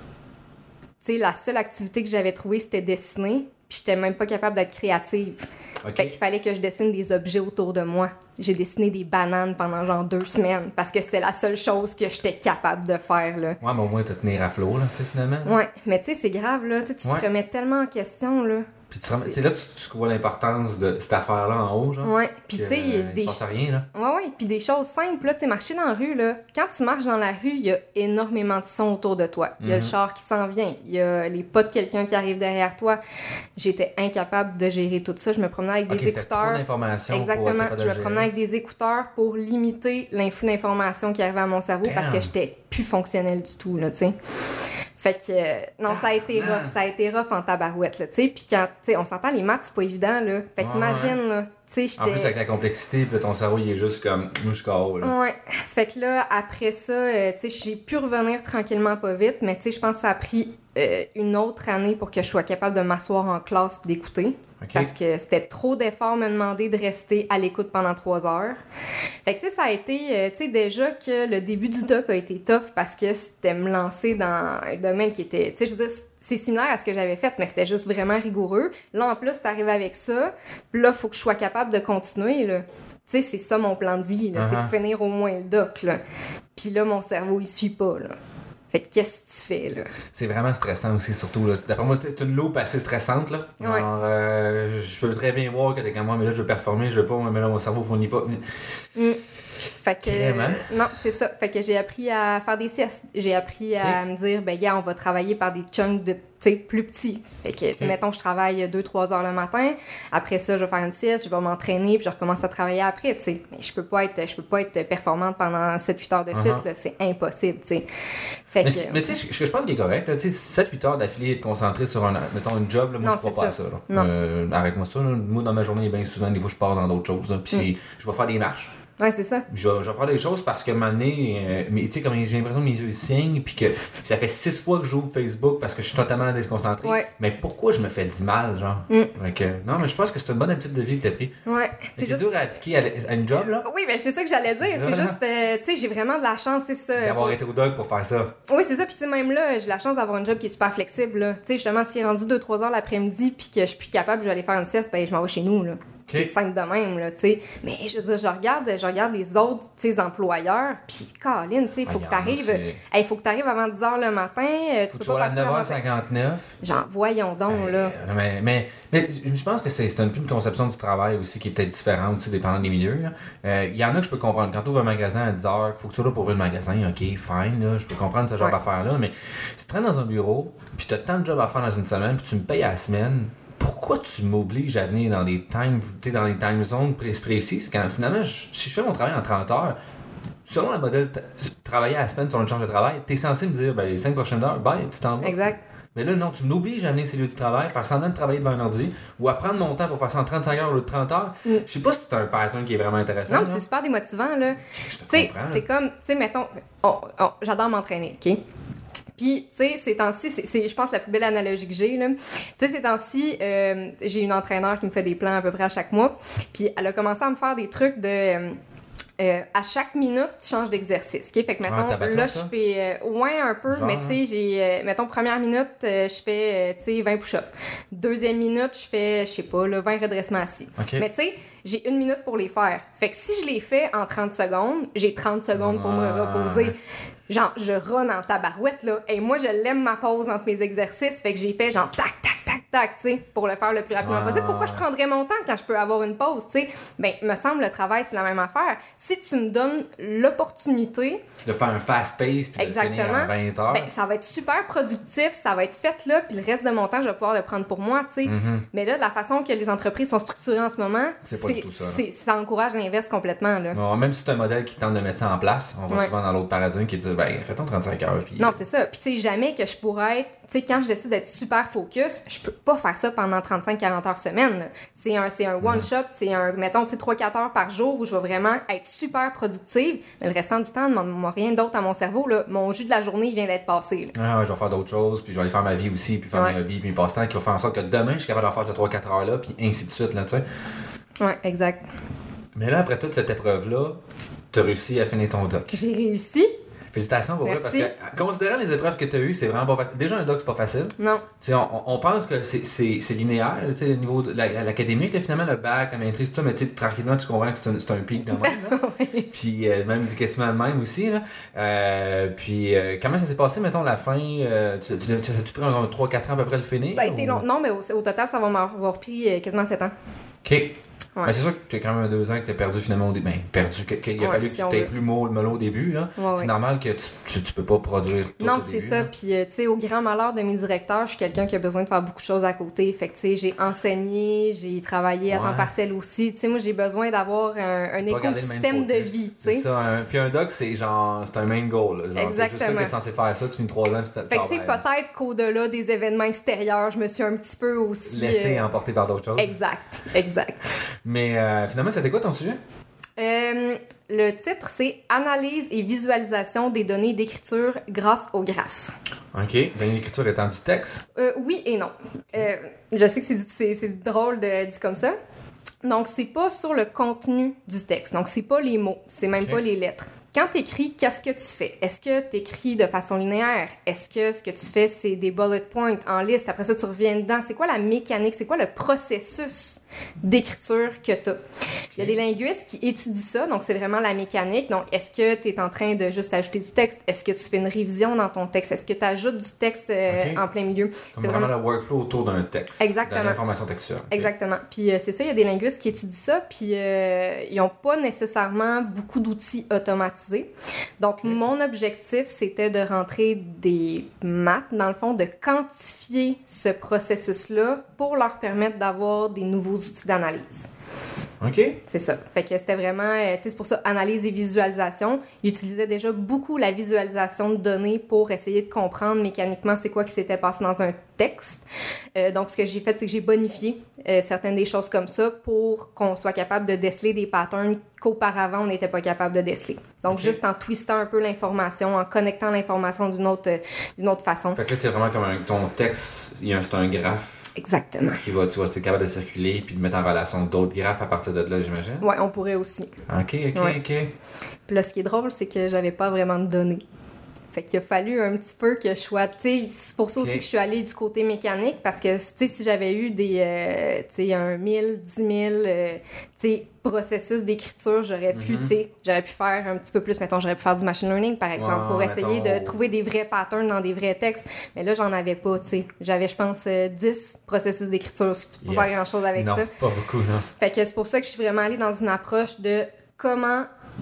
Tu sais, la seule activité que j'avais trouvée, c'était dessiner, puis j'étais même pas capable d'être créative. Okay. Fait qu'il fallait que je dessine des objets autour de moi. J'ai dessiné des bananes pendant genre deux semaines, parce que c'était la seule chose que j'étais capable de faire, là. Ouais, mais au moins, te tenir à flot, là, tu sais, finalement. Ouais, mais tu sais, c'est grave, là. Tu ouais. te remets tellement en question, là. Puis tu c'est... c'est là que tu, tu vois l'importance de cette affaire-là en haut, genre. Ouais, puis tu sais, il y a euh, des... Il se passe rien, là. Ouais, ouais, puis des choses simples, là, tu sais, marcher dans la rue, là, quand tu marches dans la rue, il y a énormément de sons autour de toi. Il y a mm-hmm. le char qui s'en vient, il y a les pas de quelqu'un qui arrive derrière toi. J'étais incapable de gérer tout ça. Je me promenais avec okay, des écouteurs. Trop d'informations. Exactement, pour je me promenais avec des écouteurs pour limiter l'influx d'informations qui arrivait à mon cerveau. Damn. Parce que j'étais plus fonctionnelle du tout, là, tu sais. Fait que, euh, non, ça a été rough, ça a été rough en tabarouette, là, tu sais. Puis quand, tu sais, on s'entend, les maths, c'est pas évident, là. Fait que, ouais, imagine, ouais. là, tu sais, j'étais... En plus, avec la complexité, puis ton cerveau, il est juste comme, nous, je carre, là. Ouais. Fait que là, après ça, euh, tu sais, j'ai pu revenir tranquillement, pas vite, mais tu sais, je pense que ça a pris euh, une autre année pour que je sois capable de m'asseoir en classe puis d'écouter. Okay. Parce que c'était trop d'efforts me demander de rester à l'écoute pendant trois heures. Fait que, tu sais, ça a été... Euh, tu sais, déjà que le début du doc a été tough parce que c'était me lancer dans un domaine qui était... Tu sais, je veux dire, c'est similaire à ce que j'avais fait, mais c'était juste vraiment rigoureux. Là, en plus, t'arrives avec ça, puis là, il faut que je sois capable de continuer, là. Tu sais, c'est ça mon plan de vie, là. Uh-huh. C'est de finir au moins le doc, là. Puis là, mon cerveau, il suit pas, là. Fait que qu'est-ce que tu fais, là? C'est vraiment stressant aussi, surtout, là. D'après moi, c'est une loupe assez stressante, là. Ouais. Alors, euh, je peux très bien voir que t'es comme moi, mais là, je veux performer, je veux pas, mais là, mon cerveau fournit pas. Mm. Fait que... Vraiment? Euh, non, c'est ça. Fait que j'ai appris à faire des siestes. J'ai appris à okay. me dire, ben, gars, on va travailler par des chunks de, tu sais, plus petits. Fait que, tu sais, mettons, je travaille deux trois heures le matin. Après ça, je vais faire une sieste, je vais m'entraîner, puis je recommence à travailler après, tu sais. Mais je peux pas être, je peux pas être performante pendant sept huit heures de suite, uh-huh. là. C'est impossible, tu sais. Fait mais, que... Mais tu sais, je, je pense qu'il est correct, là. Tu sais, sept huit heures d'affilée et de concentrer sur un, mettons, une job, là, moi, non, je ne pas à ça, là. Non. Euh, arrête-moi ça, là. Moi, dans ma journée, bien souvent, des fois, je pars dans d'autres choses, là. Puis mm. je vais faire des marches. Ouais, c'est ça. Je vais, je vais faire des choses parce que maintenant, euh, tu sais, comme j'ai l'impression que mes yeux signent, puis que ça fait six fois que j'ouvre Facebook parce que je suis totalement déconcentré. Ouais. Mais pourquoi je me fais du mal, genre? Mm. Donc, euh, non, mais je pense que c'est une bonne habitude de vie que t'as pris. Ouais. C'est, c'est juste... dur à appliquer à, à une job, là? Oui, mais c'est ça que j'allais dire. C'est, c'est juste, euh, tu sais, j'ai vraiment de la chance, c'est ça. D'avoir été au doc pour faire ça. Oui, c'est ça. Puis, tu sais, même là, j'ai la chance d'avoir un job qui est super flexible, là. Tu sais, justement, s'il est rendu deux trois heures l'après-midi, puis que je suis plus capable, je vais aller faire une sieste, ben, je m'en vais chez nous, là. Okay. C'est simple de même, là, tu sais. Mais je veux dire, je regarde, je regarde les autres, tu sais, employeurs, puis Colin, tu sais, il faut que tu arrives... Il faut que tu arrives avant dix heures le matin, euh, tu faut peux que pas tu partir à neuf heures cinquante-neuf. Genre, voyons donc, ben, là. Mais, mais, mais je pense que c'est, c'est un peu une conception du travail aussi qui est peut-être différente, aussi, dépendant des milieux. Il euh, y en a que je peux comprendre. Quand tu ouvres un magasin à dix heures, il faut que tu sois là pour ouvrir le magasin. OK, fine, là, je peux comprendre ce genre ouais. d'affaires-là. Mais si tu traînes dans un bureau, puis tu as tant de jobs à faire dans une semaine, puis tu me payes à la semaine... Pourquoi tu m'obliges à venir dans des time, dans des time zones précises quand finalement, je, si je fais mon travail en trente heures, selon le modèle t- travailler à la semaine sur une charge de travail, tu es censé me dire ben, les cinq prochaines heures, ben, tu t'en vas. Exact. Mais là, non, tu m'obliges à venir sur le lieu du travail, faire semblant de travailler devant un ordi, ou à prendre mon temps pour faire ça en trente-cinq heures ou trente heures. Mm. Je sais pas si c'est un pattern qui est vraiment intéressant. Non, mais c'est super démotivant, là. Tu sais, c'est comme, tu sais, mettons, oh, oh, j'adore m'entraîner, OK? Puis, tu sais, ces temps-ci, c'est, c'est, je pense, la plus belle analogie que j'ai, là. Tu sais, ces temps-ci, euh, j'ai une entraîneur qui me fait des plans à peu près à chaque mois. Puis, elle a commencé à me faire des trucs de... Euh, Euh, à chaque minute, tu changes d'exercice. Okay? Fait que, mettons, ah, là, je fais... Euh, ouais, un peu, genre, mais tu sais, j'ai... Euh, mettons, première minute, euh, je fais, euh, tu sais, vingt push-ups. Deuxième minute, je fais, je sais pas, là, vingt redressements assis. Okay. Mais tu sais, j'ai une minute pour les faire. Fait que si je les fais en trente secondes, j'ai trente secondes pour ah. me reposer. Genre, je run en tabarouette, là. Et moi, je l'aime ma pause entre mes exercices. Fait que j'ai fait genre tac, tac, tac, tac, tu sais, pour le faire le plus rapidement ah. possible. Pourquoi je prendrais mon temps quand je peux avoir une pause, tu sais? Ben, me semble, le travail, c'est la même affaire. Si tu me donnes l'opportunité... de faire un fast pace puis de finir en vingt heures. Ben, ça va être super productif, ça va être fait là, puis le reste de mon temps, je vais pouvoir le prendre pour moi, tu sais. Mm-hmm. Mais là, de la façon que les entreprises sont structurées en ce moment, c'est, c'est pas du tout ça. C'est, ça encourage l'inverse complètement, là. Bon, même si c'est un modèle qui tente de mettre ça en place, on va ouais. souvent dans l'autre paradigme qui dit, ben, fais ton trente-cinq heures. Puis... Non, c'est ça. Puis, tu sais, jamais que je pourrais être, tu sais, quand je décide d'être super focus, je peux pas faire ça pendant trente-cinq à quarante heures semaine. Là. C'est un, c'est un one-shot, mm. c'est un, mettons, tu sais, trois à quatre heures par jour où je vais vraiment être super productive, mais le restant du temps, ne demande rien d'autre à mon cerveau, là. Mon jus de la journée, il vient d'être passé, là. Ah, ouais, je vais faire d'autres choses, puis je vais aller faire ma vie aussi, puis faire ouais. mes hobbies, puis mes passe-temps, qui vont faire en sorte que demain, je suis capable de faire ces trois à quatre heures-là, puis ainsi de suite, là, tu sais. Ouais, exact. Mais là, après toute cette épreuve-là, tu as réussi à finir ton doc. J'ai réussi. Félicitations pour vrai, parce que, considérant les épreuves que tu as eues, c'est vraiment pas facile. Déjà, un doc, c'est pas facile. Non. Tu sais, on, on pense que c'est, c'est, c'est linéaire, tu sais, au niveau de la, l'académique, là, finalement, le bac, la maîtrise, tout ça, mais tu sais, tranquillement, tu comprends que c'est un, c'est un pic de même, là. Oui. Puis, euh, même quasiment le même aussi, là. Euh, puis, euh, comment ça s'est passé, mettons, la fin? Euh, tu, tu, tu, as-tu pris un trois à quatre ans à peu près le finir? Ça a été ou... long. Non, mais au, au total, ça va m'avoir pris quasiment sept ans. OK. Ouais. Ben, c'est sûr que tu as quand même un deux ans que tu as perdu finalement au début. Ben, perdu, qu'il a ouais, fallu si que tu aies plus mollo au début. Là. Ouais, c'est ouais. normal que tu, tu, tu peux pas produire tout non, au c'est début, ça. Puis, euh, tu sais, au grand malheur de mes directeurs, je suis quelqu'un qui a besoin de faire beaucoup de choses à côté. Fait que, tu sais, j'ai enseigné, j'ai travaillé à ouais. temps partiel aussi. Tu sais, moi, j'ai besoin d'avoir un, un écosystème de vie, tu sais. C'est ça. Un, puis un doc, c'est genre, c'est un main goal. Là. Genre, exactement. C'est juste ça que tu es censé faire ça. Tu finis trois ans puis ça te fait que, tu sais, peut-être qu'au-delà des événements extérieurs, je me suis un petit peu aussi... laissé euh... emporter par d'autres choses. Exact. Exact. Mais euh, finalement, c'était quoi ton sujet? Euh, le titre, c'est « Analyse et visualisation des données d'écriture grâce au graphe ». OK. Données d'écriture étant du texte? Euh, oui et non. Euh, je sais que c'est, c'est, c'est drôle de dire comme ça. Donc, c'est pas sur le contenu du texte. Donc, c'est pas les mots. C'est même okay. pas les lettres. Quand tu écris, qu'est-ce que tu fais? Est-ce que tu écris de façon linéaire? Est-ce que ce que tu fais, c'est des bullet points en liste? Après ça, tu reviens dedans. C'est quoi la mécanique? C'est quoi le processus d'écriture que tu as? Okay. Il y a des linguistes qui étudient ça, donc c'est vraiment la mécanique. Donc, est-ce que tu es en train de juste ajouter du texte? Est-ce que tu fais une révision dans ton texte? Est-ce que tu ajoutes du texte euh, okay. en plein milieu? Comme c'est vraiment, vraiment le workflow autour d'un texte. Exactement. De l'information textuelle. Okay. Exactement. Puis euh, c'est ça, il y a des linguistes qui étudient ça, puis euh, ils n'ont pas nécessairement beaucoup d'outils automatisés. Donc, okay. mon objectif, c'était de rentrer des maths, dans le fond, de quantifier ce processus-là pour leur permettre d'avoir des nouveaux outils d'analyse. OK. C'est ça. Fait que c'était vraiment, tu sais, c'est pour ça, analyse et visualisation. Ils utilisaient déjà beaucoup la visualisation de données pour essayer de comprendre mécaniquement c'est quoi qui s'était passé dans un texte. Euh, donc, ce que j'ai fait, c'est que j'ai bonifié euh, certaines des choses comme ça pour qu'on soit capable de déceler des patterns qu'auparavant, on n'était pas capable de déceler. Donc, okay. juste en twistant un peu l'information, en connectant l'information d'une autre, euh, d'une autre façon. Fait que là, c'est vraiment comme un, ton texte, il y a un, c'est un graphe. Exactement. Qui va, tu vas, c'est capable de circuler puis de mettre en relation d'autres graphes à partir de là, j'imagine? Oui, on pourrait aussi. OK, OK, ouais. OK. Puis là, ce qui est drôle, c'est que j'avais pas vraiment de données. Fait qu'il a fallu un petit peu que je sois, tu sais, c'est pour ça aussi okay. que je suis allée du côté mécanique, parce que, tu sais, si j'avais eu des, euh, tu sais, un mille, dix mille, euh, tu sais, processus d'écriture, j'aurais pu, mm-hmm. tu sais, j'aurais pu faire un petit peu plus, mettons, j'aurais pu faire du machine learning, par exemple, wow, pour essayer mettons... de trouver des vrais patterns dans des vrais textes. Mais là, j'en avais pas, tu sais. J'avais, je pense, dix processus d'écriture, ce qui peut yes. pas grand-chose avec non, ça. pas beaucoup, non. Fait que c'est pour ça que je suis vraiment allée dans une approche de comment...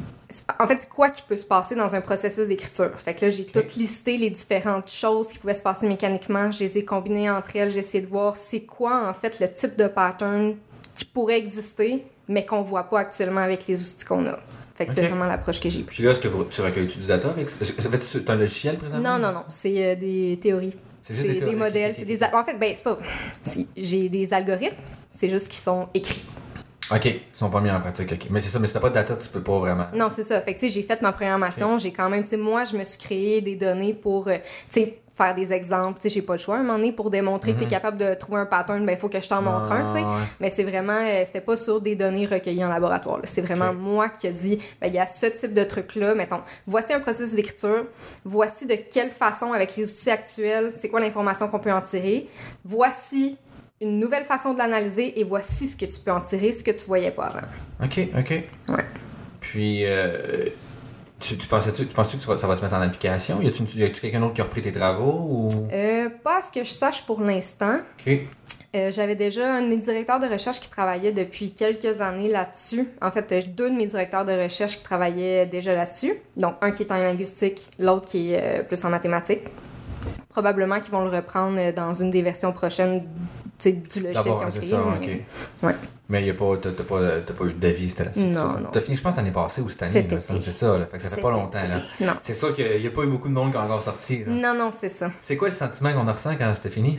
En fait, c'est quoi qui peut se passer dans un processus d'écriture? Fait que là, j'ai okay. tout listé les différentes choses qui pouvaient se passer mécaniquement. Je les ai combinées entre elles. J'ai essayé de voir c'est quoi, en fait, le type de pattern qui pourrait exister, mais qu'on voit pas actuellement avec les outils qu'on a. Fait que okay. c'est vraiment l'approche que j'ai prise. Puis là, est-ce que tu recueilles-tu du data avec... C'est un logiciel, présentement? Non, non, non. C'est euh, des théories. C'est juste des, des modèles. Okay, c'est des... En fait, ben, c'est pas... Si, j'ai des algorithmes, c'est juste qu'ils sont écrits. OK, ils sont pas mis en pratique, OK. Mais c'est ça, mais si t'as pas de data, tu peux pas vraiment... Non, c'est ça. Fait que, tu sais, j'ai fait ma programmation, okay. j'ai quand même, tu sais, moi, je me suis créé des données pour, euh, tu sais, faire des exemples. Tu sais, j'ai pas le choix à un moment donné pour démontrer mm-hmm. que t'es capable de trouver un pattern, ben, il faut que je t'en montre ah, un, tu sais. Ouais. Mais c'est vraiment, euh, c'était pas sur des données recueillies en laboratoire, là. C'est vraiment okay. moi qui a dit, ben, il y a ce type de truc-là, mettons, voici un processus d'écriture, voici de quelle façon, avec les outils actuels, c'est quoi l'information qu'on peut en tirer, voici une nouvelle façon de l'analyser et voici ce que tu peux en tirer, ce que tu voyais pas avant. OK, OK. Ouais. Puis, euh, tu, tu pensais-tu, tu penses-tu que ça va se mettre en application? Y a-tu, y a-tu quelqu'un d'autre qui a repris tes travaux? Ou... Euh, pas à ce que je sache pour l'instant. OK. Euh, j'avais déjà un de mes directeurs de recherche qui travaillait depuis quelques années là-dessus. En fait, j'ai deux de mes directeurs de recherche qui travaillaient déjà là-dessus. Donc, un qui est en linguistique, l'autre qui est euh, plus en mathématiques. Probablement qu'ils vont le reprendre dans une des versions prochaines du logiciel qu'ils ont créé. Ça, mais... okay. ouais. Mais y a pas, t'as, t'as, pas, t'as pas eu d'avis, c'était là-dessus? Non, ça. non. T'as fini, je pense, l'année passée ou cette année. Cet là, été. C'est ça, là. Fait que ça fait Cet pas longtemps. été. Là. Non. C'est sûr qu'il n'y a pas eu beaucoup de monde qui a encore sorti. Là. Non, non, c'est ça. C'est quoi le sentiment qu'on a ressenti quand c'était fini?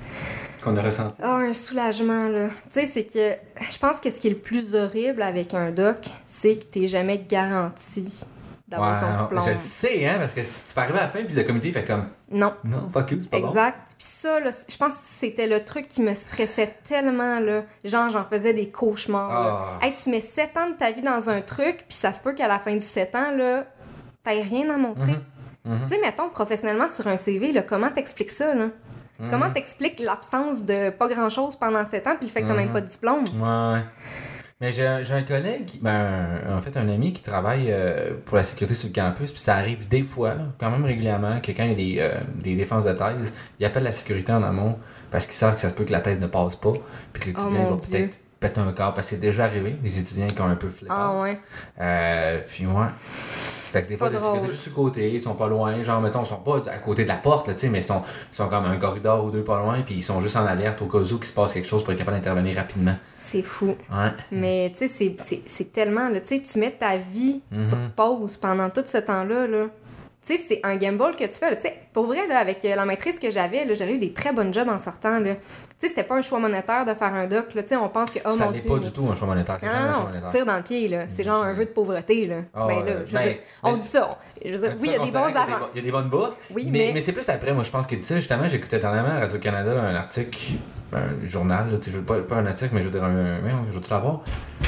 Qu'on a ressenti? Ah, oh, un soulagement, là. Tu sais, c'est que je pense que ce qui est le plus horrible avec un doc, c'est que t'es jamais garanti d'avoir ouais, ton diplôme. Je le sais, hein, parce que si tu peux arriver à la fin, puis le comité fait comme... Non. Non, fuck you, c'est pas exact. bon. Exact. Puis ça, là, je pense que c'était le truc qui me stressait tellement, là. Genre, j'en faisais des cauchemars, oh. Hey, tu mets sept ans de ta vie dans un truc, puis ça se peut qu'à la fin du sept ans, là, t'aies rien à montrer. Mm-hmm. Mm-hmm. Tu sais, mettons, professionnellement, sur un C V, là, comment t'expliques ça, là? Mm-hmm. Comment t'expliques l'absence de pas grand-chose pendant sept ans, puis le fait que t'as mm-hmm. même pas de diplôme? Ouais. Mais j'ai un, j'ai un collègue, ben, un, en fait un ami qui travaille euh, pour la sécurité sur le campus, puis ça arrive des fois, là, quand même régulièrement, que quand il y a des, euh, des défenses de thèse, il appelle la sécurité en amont parce qu'ils savent que ça se peut que la thèse ne passe pas, puis que l'étudiant oh, va Dieu. peut-être péter un corps, parce que c'est déjà arrivé, des étudiants qui ont un peu flippé. Ah oh, ouais. Euh, puis ouais. Fait que des fois, les sécurités juste sur le côté, ils sont pas loin, genre, mettons, ils sont pas à côté de la porte, là, tu sais, mais ils sont, ils sont comme un corridor ou deux pas loin, puis ils sont juste en alerte au cas où qu'il se passe quelque chose pour être capable d'intervenir rapidement. C'est fou. Ouais. Mais, tu sais, c'est, c'est, c'est tellement, là, tu sais, tu mets ta vie mm-hmm. sur pause pendant tout ce temps-là, là. Tu sais, c'est un gamble que tu fais, tu sais, pour vrai, là, avec la maîtrise que j'avais, là, j'aurais eu des très bonnes jobs en sortant, là. Tu sais, c'était pas un choix monétaire de faire un doc, là, tu sais, on pense que, oh ça mon Dieu... Dieu... Ça n'est pas du tout un choix monétaire, c'est non, jamais non, un choix non, monétaire. tu tires dans le pied, là, c'est genre un vœu de pauvreté, là. Oh, ben là, je veux ben, dire, on mais... dit ça, on... je veux dire, oui, il y a des bons avant. Il y a des bonnes bourses, oui, mais, mais... mais c'est plus après, moi, je pense que tu sais, justement, j'écoutais dernièrement à Radio-Canada un article, un journal, là, tu sais, pas, pas un article, mais je veux dire, un... Mais, je veux-tu l'avoir?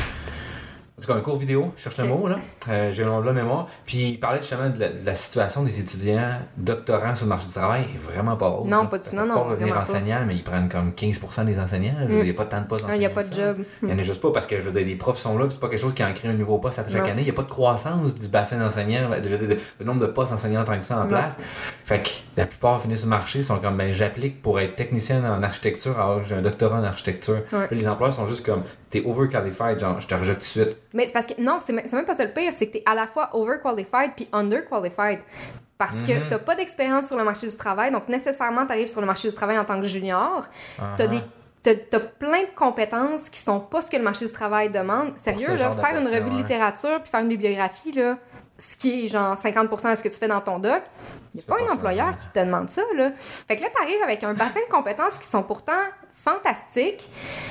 En tout cas, un court vidéo, je cherche le mot, là. Euh, j'ai le nom de la mémoire. Puis il parlait justement de la, de la situation des étudiants doctorants sur le marché du travail. Il est vraiment pas haut. Non, pas du tout. Non, non. Pas revenir enseignants, pas. Mais ils prennent comme quinze pour cent des enseignants. Mm. Il n'y a pas tant de postes d'enseignants. Il n'y a pas de job. Il n'y en a juste pas parce que, je veux dire, les profs sont là, puis c'est pas quelque chose qui en crée un nouveau poste à chaque non. année. Il n'y a pas de croissance du bassin d'enseignants, de, de, de, de nombre de postes enseignants en tant que ça en non. place. Fait que la plupart finissent sur le marché, sont comme, ben, j'applique pour être technicien en architecture, alors que j'ai un doctorat en architecture. Ouais. Puis les employeurs sont juste comme, t'es overqualified, genre, je te rejette tout de suite. Mais c'est parce que, non, c'est, c'est même pas ça le pire, c'est que t'es à la fois overqualified puis underqualified. Parce mm-hmm. que t'as pas d'expérience sur le marché du travail, donc nécessairement t'arrives sur le marché du travail en tant que junior. Uh-huh. T'as des T'as, t'as plein de compétences qui sont pas ce que le marché du travail demande. Sérieux, là, faire une revue de littérature puis faire une bibliographie, là, ce qui est genre cinquante pour cent de ce que tu fais dans ton doc, il n'y a pas un employeur ça, qui te demande ça, là. Fait que là, t'arrives avec un bassin de compétences qui sont pourtant fantastiques. Tu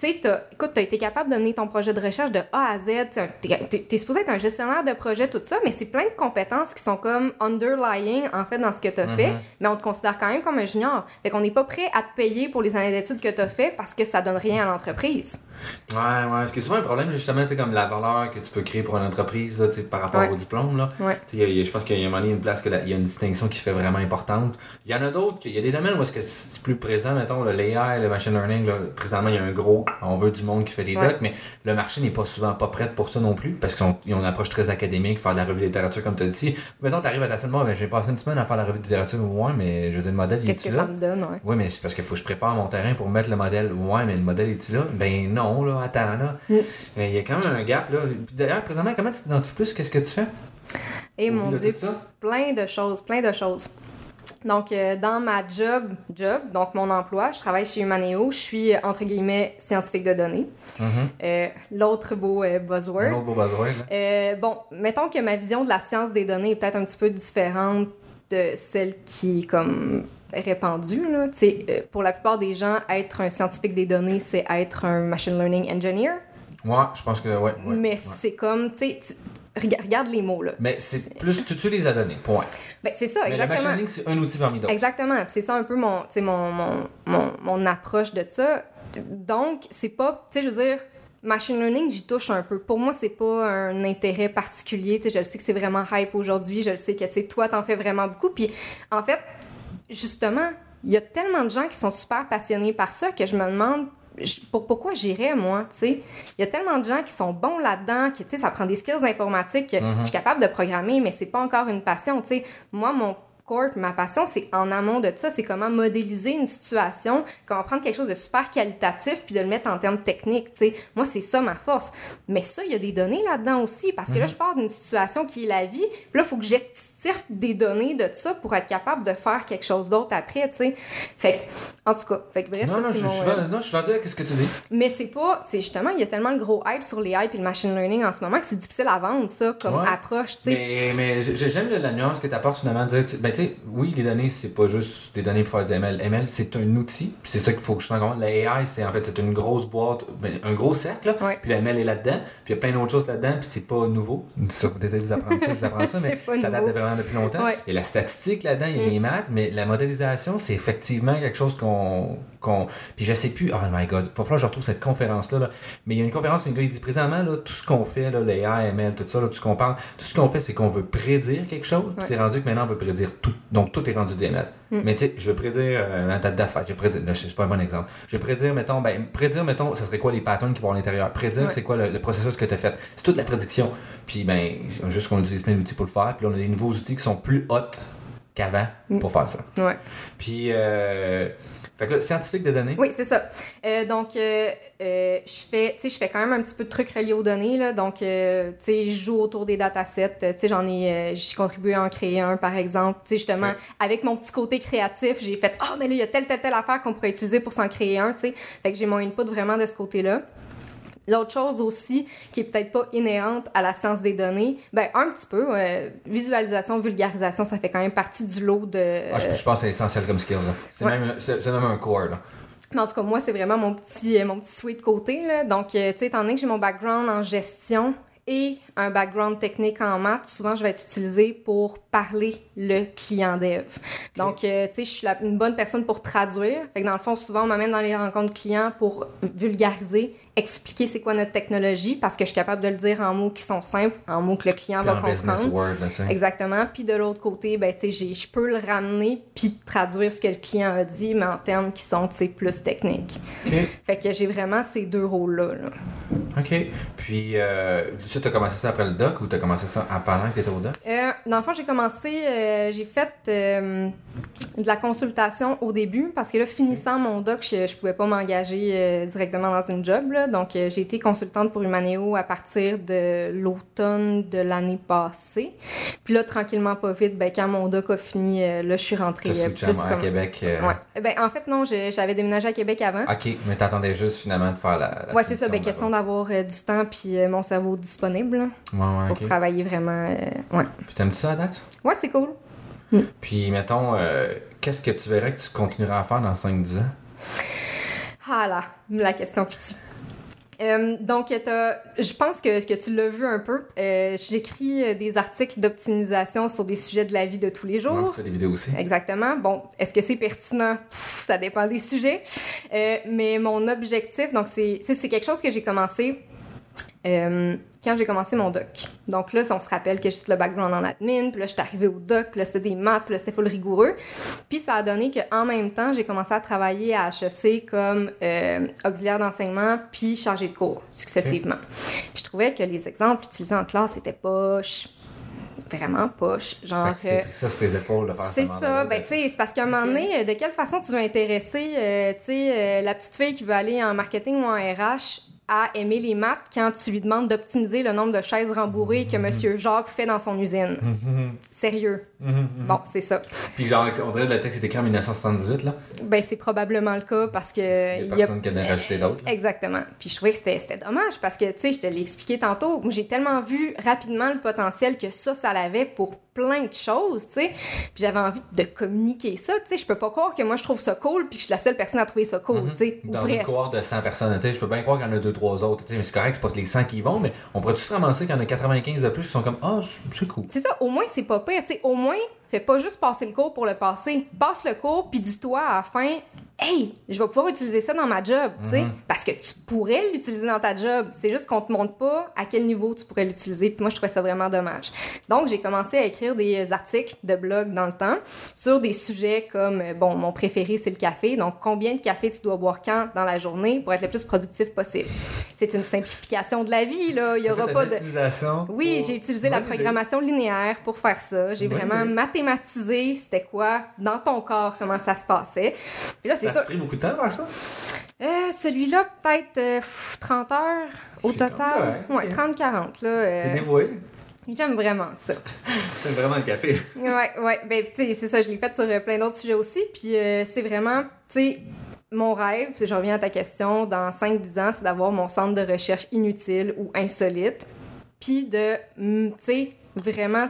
sais, t'as, écoute, t'as été capable de mener ton projet de recherche de A à Z. T'es, t'es, t'es supposé être un gestionnaire de projet, tout ça, mais c'est plein de compétences qui sont comme underlying, en fait, dans ce que t'as mm-hmm. fait, mais on te considère quand même comme un junior. Fait qu'on n'est pas prêt à te payer pour les années d'études que t'as fait parce que ça donne rien à l'entreprise. Ouais, ouais. Ce qui est souvent un problème, justement, tu sais, comme la valeur que tu peux créer pour une entreprise, là, tu sais, par rapport ouais. au diplôme, là. Ouais. Tu sais, je pense qu'il y a un moment donné, une place, il y a une distinction qui se fait vraiment importante. Il y en a d'autres, il y a des domaines où est-ce que c'est plus présent, mettons, l'A I, le machine learning, là, présentement, il y a un gros, on veut du monde qui fait des ouais. docs, mais le marché n'est pas souvent pas prêt pour ça non plus, parce qu'ils ont une approche très académique, faire de la revue de littérature, comme tu as dit. Mettons, tu arrives à ta scène, bon, ben, je vais passer une semaine à faire de la revue de littérature, ouais, mais je veux dire, le modèle, il est-tu là? Qu'est-ce que ça me donne, ouais? Oui, mais c'est parce qu'il faut que je prépare mon terrain pour mettre le modèle, ouais, mais le modèle est-tu là? Ben non, là, attends, là. Mm. Il y a quand même un gap, là. D'ailleurs, présentement, comment tu t'identifies plus? Qu'est-ce que tu fais? Eh mon Dieu, plein de choses, plein de choses. Donc, euh, dans ma job, job, donc mon emploi, je travaille chez Humaneo, je suis, entre guillemets, scientifique de données. Mm-hmm. Euh, l'autre beau euh, buzzword. L'autre beau buzzword, hein? euh, Bon, mettons que ma vision de la science des données est peut-être un petit peu différente de celle qui est comme répandue. Là. Euh, pour la plupart des gens, être un scientifique des données, c'est être un machine learning engineer. Ouais, je pense que ouais. ouais Mais ouais. c'est comme, tu sais, regarde les mots, là. Mais c'est, c'est... plus tu utilises la donnée, point. Ben, c'est ça, mais exactement. Le machine learning, c'est un outil parmi d'autres. Exactement. Puis c'est ça un peu mon, mon, mon, mon, mon approche de ça. Donc, c'est pas, tu sais, je veux dire, machine learning, j'y touche un peu. Pour moi, c'est pas un intérêt particulier. Tu sais, je le sais que c'est vraiment hype aujourd'hui. Je le sais que, tu sais, toi, t'en fais vraiment beaucoup. Puis, en fait, justement, il y a tellement de gens qui sont super passionnés par ça que je me demande Je, pour, pourquoi j'irais, moi, tu sais? Il y a tellement de gens qui sont bons là-dedans, qui, tu sais, ça prend des skills informatiques. Mm-hmm. Je suis capable de programmer, mais c'est pas encore une passion, tu sais. Moi, mon corps, ma passion, c'est en amont de ça, c'est comment modéliser une situation, comment prendre quelque chose de super qualitatif puis de le mettre en termes techniques, tu sais. Moi, c'est ça ma force. Mais ça, il y a des données là-dedans aussi, parce que mm-hmm. là, je pars d'une situation qui est la vie, puis là, il faut que j'extire des données de ça pour être capable de faire quelque chose d'autre après, tu sais. Fait que, en tout cas, fait que bref, non, ça, non, c'est je, mon... Je vais, non, je suis vendu à ce que tu dis. Mais c'est pas, tu sais, justement, il y a tellement le gros hype sur les hype et le machine learning en ce moment que c'est difficile à vendre, ça, comme ouais. approche, tu sais. Mais, mais j'aime la nuance que tu apportes finalement de dire, ben tu sais, oui, les données, c'est pas juste des données pour faire du M L. M L, c'est un outil, puis c'est ça qu'il faut que je me rende compte. La A I, c'est en fait, c'est une grosse boîte, ben, un gros cercle, là, ouais. puis le M L est là-dedans, puis il y a plein d'autres choses là-dedans, puis c'est pas nouveau. Désolé de vous apprendre ça, je vous apprends ça, mais ça date de vraiment depuis longtemps. Ouais. Il y a la statistique là-dedans, il y a mm. les maths, mais la modélisation, c'est effectivement quelque chose qu'on... qu'on... Puis je sais plus, oh my god, il va falloir que je retrouve cette conférence-là, là. Mais il y a une conférence où un gars il dit présentement, là, tout ce qu'on fait, là, les A I, M L, tout ça, là, tout ce qu'on parle, tout ce qu'on fait, c'est qu'on veut prédire quelque chose, ouais. puis c'est rendu que maintenant on veut prédire tout. Donc tout est rendu du M L. Mm. Mais tu sais, je veux prédire euh, ma date d'affaires, je veux prédire, là, c'est pas un bon exemple. Je veux prédire, mettons, ben, prédire, mettons, ça serait quoi les patterns qui vont à l'intérieur. Prédire, ouais. c'est quoi le, le processus que tu as fait. C'est toute la prédiction. Puis ben, c'est juste qu'on utilise plein d'outils pour le faire, puis là, on a des nouveaux outils qui sont plus hot qu'avant mm. pour faire ça. Ouais. Puis, euh, fait que là, scientifique de données. Oui, c'est ça. Euh, donc, euh, euh, je fais, tu sais, je fais quand même un petit peu de trucs reliés aux données, là. Donc, euh, tu sais, je joue autour des datasets. Tu sais, j'en ai, euh, j'ai contribué à en créer un, par exemple. Tu sais, justement, okay. avec mon petit côté créatif, j'ai fait, ah, oh, mais là, il y a telle, telle, telle affaire qu'on pourrait utiliser pour s'en créer un, tu sais. Fait que j'ai mon input vraiment de ce côté-là. L'autre chose aussi, qui est peut-être pas inhérente à la science des données, ben un petit peu, euh, visualisation, vulgarisation, ça fait quand même partie du lot de... Euh... Ah, je, je pense que c'est essentiel comme skill, là. C'est, ouais. même, c'est, c'est même un core, là. Mais en tout cas, moi, c'est vraiment mon petit, mon petit sweet côté, là. Donc, euh, tu sais, étant donné que j'ai mon background en gestion et un background technique en maths, souvent, je vais être utilisée pour parler le client dev. Donc, okay. euh, tu sais, je suis la, une bonne personne pour traduire. Fait que dans le fond, souvent, on m'amène dans les rencontres clients pour vulgariser, expliquer c'est quoi notre technologie, parce que je suis capable de le dire en mots qui sont simples, en mots que le client puis va comprendre. Word, exactement. Puis de l'autre côté, ben, tu sais, je peux le ramener puis traduire ce que le client a dit, mais en termes qui sont, tu sais, plus techniques. Okay. Fait que j'ai vraiment ces deux rôles-là, là. OK. Puis, euh, tu as commencé ça après le doc ou tu as commencé ça en pendant que tu étais au doc? Euh, dans le fond, j'ai commencé, euh, j'ai fait euh, de la consultation au début parce que là, finissant mon doc, je, je pouvais pas m'engager euh, directement dans une job, là. Donc, euh, j'ai été consultante pour Humaneo à partir de l'automne de l'année passée. Puis là, tranquillement, pas vite, ben, quand mon doc a fini, euh, là, je suis rentrée euh, plus à comme... Québec. Euh... Ouais. Ben, en fait, non, je, j'avais déménagé à Québec avant. OK, mais t'attendais juste finalement de faire la... la ouais, c'est ça. Ben, question d'avoir euh, du temps puis euh, mon cerveau disponible là, ouais, ouais, pour okay. travailler vraiment. Euh, ouais. Puis t'aimes-tu ça à date? Ouais, c'est cool. Mm. Puis, mettons, euh, qu'est-ce que tu verrais que tu continueras à faire dans cinq dix ans? Ah là, la question qui tue. Euh, donc, je pense que, que tu l'as vu un peu. Euh, j'écris des articles d'optimisation sur des sujets de la vie de tous les jours. Ouais, tu fais des vidéos aussi. Exactement. Bon, est-ce que c'est pertinent? Pff, ça dépend des sujets. Euh, mais mon objectif, donc c'est, c'est quelque chose que j'ai commencé euh, quand j'ai commencé mon doc. Donc là, on se rappelle que j'ai tout le background en admin, puis là, je suis arrivée au doc, puis là, c'était des maths, puis là, c'était full rigoureux. Puis ça a donné qu'en même temps, j'ai commencé à travailler à H E C comme euh, auxiliaire d'enseignement, puis chargée de cours, successivement. Okay. Puis je trouvais que les exemples utilisés en classe étaient poches. Vraiment poche. Genre. Fait que t'es pris ça sur tes épaules de faire C'est ça. Ben, tu sais, c'est parce qu'à un moment donné, de quelle façon tu veux intéresser, euh, tu sais, euh, la petite fille qui veut aller en marketing ou en R H à aimer les maths quand tu lui demandes d'optimiser le nombre de chaises rembourrées que M. Jacques fait dans son usine. Sérieux. Bon, c'est ça. Puis genre, on dirait que le texte est écrit en dix-neuf cent soixante-dix-huit, là? Ben, c'est probablement le cas parce que... Il y a personne qui en a rajouté d'autres. Exactement. Puis je trouvais que c'était, c'était dommage parce que, tu sais, je te l'ai expliqué tantôt, moi, j'ai tellement vu rapidement le potentiel que ça, ça l'avait pour plein de choses, tu sais. Puis j'avais envie de communiquer ça, tu sais. Je peux pas croire que moi, je trouve ça cool puis que je suis la seule personne à trouver ça cool, mm-hmm. tu sais. Dans une cohorte de cent personnes, tu sais, je peux bien croire qu'il y en a deux, trois autres, tu sais, mais c'est correct, c'est pas que les cent qui y vont, mais on pourrait tous se ramasser qu'il y en a quatre-vingt-quinze de plus qui sont comme « Ah, oh, c'est cool ». C'est ça, au moins, c'est pas pire, tu sais. Au moins, fais pas juste passer le cours pour le passer. Passe le cours puis dis-toi à la fin « Hey, je vais pouvoir utiliser ça dans ma job, tu sais. Mm-hmm. Parce que tu pourrais l'utiliser dans ta job. C'est juste qu'on te montre pas à quel niveau tu pourrais l'utiliser. Puis moi, je trouvais ça vraiment dommage. Donc, j'ai commencé à écrire des articles de blog dans le temps sur des sujets comme, bon, mon préféré, c'est le café. Donc, combien de café tu dois boire quand dans la journée pour être le plus productif possible. C'est une simplification de la vie, là. Il y aura pas de... Oui, pour... j'ai utilisé Bonne la programmation idée. linéaire pour faire ça. J'ai vraiment idée. mathématisé c'était quoi dans ton corps, comment ça se passait. Puis là, c'est ça a pris beaucoup de temps à faire ça? Euh, celui-là, peut-être euh, trente heures au total. Ouais, trente quarante. Euh... T'es dévoué? J'aime vraiment ça. C'est vraiment le café. Ouais, ouais. Ben, tu sais, c'est ça, je l'ai fait sur euh, plein d'autres sujets aussi. Puis euh, c'est vraiment, tu sais, mon rêve, si je reviens à ta question, dans cinq dix ans, c'est d'avoir mon centre de recherche inutile ou insolite. Puis de, tu sais, vraiment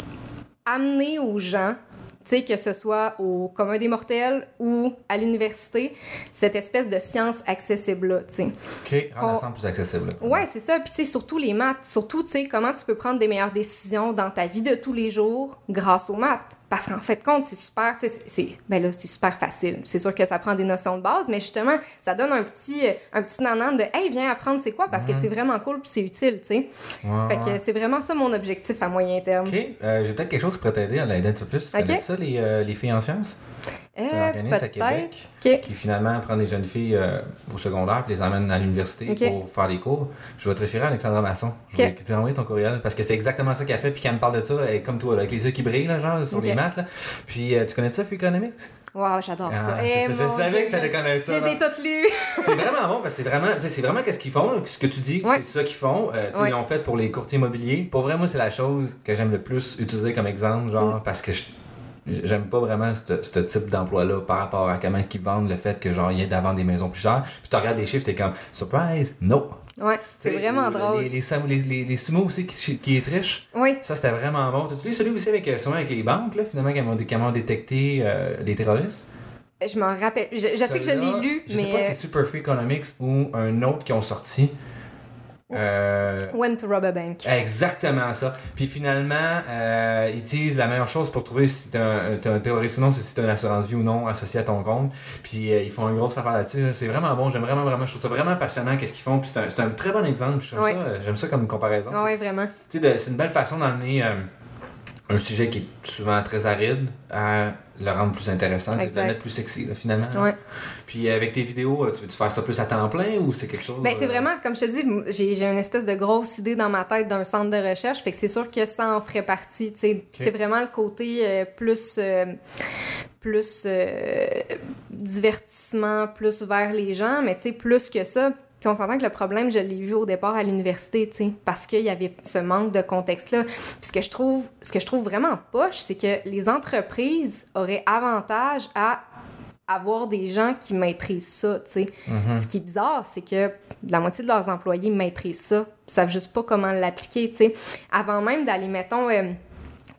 amener aux gens, tu sais, que ce soit au commun des mortels ou à l'université, cette espèce de science accessible-là, tu sais. OK, rendre la science plus accessible. Ouais, c'est ça. Puis, tu sais, surtout les maths. Surtout, tu sais, comment tu peux prendre des meilleures décisions dans ta vie de tous les jours grâce aux maths. Parce qu'en fait, compte, c'est super, tu sais, c'est, ben là, c'est super facile. C'est sûr que ça prend des notions de base, mais justement, ça donne un petit, un petit nanan de « Hey, viens apprendre c'est quoi? » Parce que c'est vraiment cool puis c'est utile, tu sais. Ouais, fait que ouais. c'est vraiment ça mon objectif à moyen terme. OK. Euh, j'ai peut-être quelque chose qui pourrait t'aider à l'aider un petit peu plus. Tu okay. connais ça, les, euh, les filles en sciences? Euh, c'est organisme à Québec, okay. qui finalement prend des jeunes filles euh, au secondaire et les emmène à l'université okay. pour faire des cours. Je vais te référer à Alexandra Masson. Je vais okay. te envoyer ton courriel parce que c'est exactement ça qu'elle fait. Puis quand elle me parle de ça, elle est comme toi, là, avec les yeux qui brillent, là, genre, sur okay. les maths. Là. Puis euh, tu connais ça, Free Economics? Wow, j'adore ah, ça. Eh, ça. Je savais que tu allais connaître ça. Je les ai toutes lues. C'est vraiment bon parce que c'est vraiment, c'est vraiment qu'est-ce qu'ils font. Là, ce que tu dis, ouais. c'est ça qu'ils font. Euh, ouais. Ils l'ont fait pour les courtiers immobiliers. Pour vrai, moi, c'est la chose que j'aime le plus utiliser comme exemple, genre, mm. parce que je. J'aime pas vraiment ce, ce type d'emploi-là par rapport à comment ils vendent le fait que genre il y ait d'avant des maisons plus chères. Puis tu regardes les chiffres, t'es comme surprise, no. Ouais, c'est t'sais, vraiment drôle. Les, les, les, les, les sumo aussi qui, qui est riche. Oui. Ça c'était vraiment bon. T'as-tu lu celui aussi avec, souvent avec les banques, là, finalement, qui ont détecté euh, les terroristes? Je m'en rappelle. Je, je sais que je l'ai lu, je mais. Je sais pas si c'est Super Free Economics ou un autre qui ont sorti. Euh, When to rob a bank. Exactement ça. Puis finalement, euh, ils disent la meilleure chose pour trouver si t'es un, t'es un terroriste ou non, c'est si t'as une assurance vie ou non associée à ton compte. Puis euh, ils font une grosse affaire là-dessus. Là. C'est vraiment bon. J'aime vraiment, vraiment. Je trouve ça vraiment passionnant qu'est-ce qu'ils font. Puis c'est un, c'est un très bon exemple. Je trouve oui. ça, j'aime ça comme comparaison. Oui, vraiment. Tu sais, c'est une belle façon d'emmener euh, un sujet qui est souvent très aride à le rendre plus intéressant, de le mettre plus sexy, là, finalement. Ouais. Puis avec tes vidéos, tu veux-tu faire ça plus à temps plein ou c'est quelque chose... Ben, c'est vraiment, comme je te dis, j'ai, j'ai une espèce de grosse idée dans ma tête d'un centre de recherche, fait que c'est sûr que ça en ferait partie. Okay. C'est vraiment le côté euh, plus... Euh, plus euh, divertissement, plus vers les gens, mais tu sais, plus que ça... T'sais, on s'entend que le problème, je l'ai vu au départ à l'université, t'sais, parce qu'il y avait ce manque de contexte-là. Puis ce que je trouve, ce que je trouve vraiment poche, c'est que les entreprises auraient avantage à avoir des gens qui maîtrisent ça, tu sais. Mm-hmm. Ce qui est bizarre, c'est que la moitié de leurs employés maîtrisent ça, ils savent juste pas comment l'appliquer, tu sais. Avant même d'aller, mettons... Euh,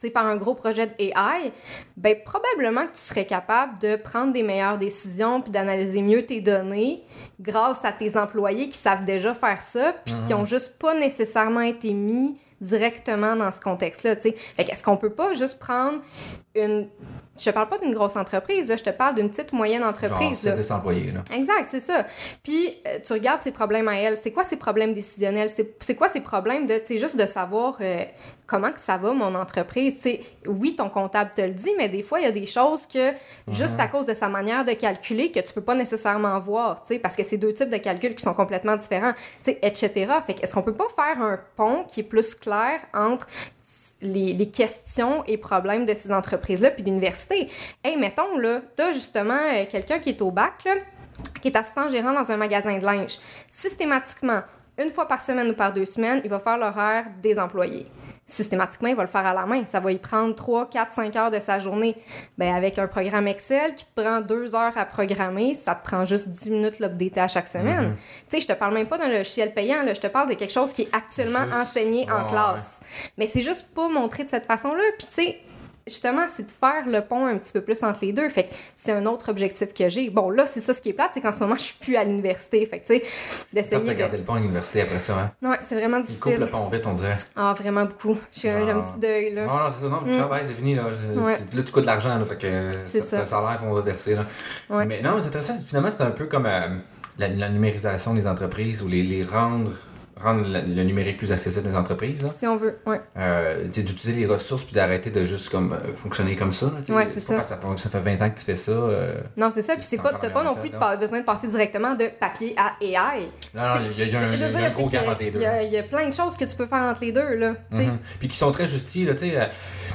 tu sais, faire un gros projet de A I, ben probablement que tu serais capable de prendre des meilleures décisions puis d'analyser mieux tes données grâce à tes employés qui savent déjà faire ça puis mm-hmm. qui ont juste pas nécessairement été mis directement dans ce contexte-là, tu sais. Fait qu'est-ce qu'on peut pas juste prendre une... Je te parle pas d'une grosse entreprise, là, je te parle d'une petite ou moyenne entreprise. Genre, c'est des employés, là. Exact, c'est ça. Puis, euh, tu regardes ses problèmes à elle. C'est quoi ses problèmes décisionnels? C'est, c'est quoi ses problèmes de, tu sais, juste de savoir euh, comment que ça va, mon entreprise? Tu sais, oui, ton comptable te le dit, mais des fois, il y a des choses que, mm-hmm. juste à cause de sa manière de calculer, que tu peux pas nécessairement voir, tu sais, parce que c'est deux types de calculs qui sont complètement différents, tu sais, et cetera. Fait que, est-ce qu'on peut pas faire un pont qui est plus clair entre les, les questions et problèmes de ces entreprises-là puis l'université? Hey, mettons, là, t'as justement euh, quelqu'un qui est au bac, là, qui est assistant gérant dans un magasin de linge. Systématiquement, une fois par semaine ou par deux semaines, il va faire l'horaire des employés. Systématiquement, il va le faire à la main. Ça va y prendre trois, quatre, cinq heures de sa journée. Bien, avec un programme Excel qui te prend deux heures à programmer, ça te prend juste dix minutes l'updater à chaque semaine. Mm-hmm. Tu sais, je te parle même pas d'un logiciel payant, là, je te parle de quelque chose qui est actuellement juste... enseigné oh, en classe. Ouais. Mais c'est juste pas montré de cette façon-là. Puis tu sais, justement, c'est de faire le pont un petit peu plus entre les deux. Fait que c'est un autre objectif que j'ai. Bon, là, c'est ça ce qui est plate, c'est qu'en ce moment, je suis plus à l'université. Fait que, tu sais, d'essayer de... garder le pont à l'université après ça, hein? Ouais, c'est vraiment difficile. Il coupe le pont vite, on dirait. Ah, vraiment beaucoup. J'ai un, un petit deuil, là. Non, non, c'est ça. Non, mm. tu travailles, c'est fini, là. Ouais. Là, tu coûtes de l'argent, là. Fait que c'est ça. C'est un salaire qu'on va verser, là. Ouais. Mais non, mais c'est intéressant. Finalement, c'est un peu comme euh, la, la numérisation des entreprises ou les, les rendre... rendre le, le numérique plus accessible des entreprises. Là. Si on veut, oui. Euh, d'utiliser les ressources puis d'arrêter de juste comme, euh, fonctionner comme ça. Oui, c'est ça. ça. Ça fait vingt ans que tu fais ça. Euh, non, c'est ça. Puis c'est pas, t'as pas non plus de pa- besoin de passer directement de papier à A I. Non, non, il y, y a un, y a un gros gap entre les deux. Il y, y a plein de choses que tu peux faire entre les deux. Là, mm-hmm. Puis qui sont très justifiées. Là, euh,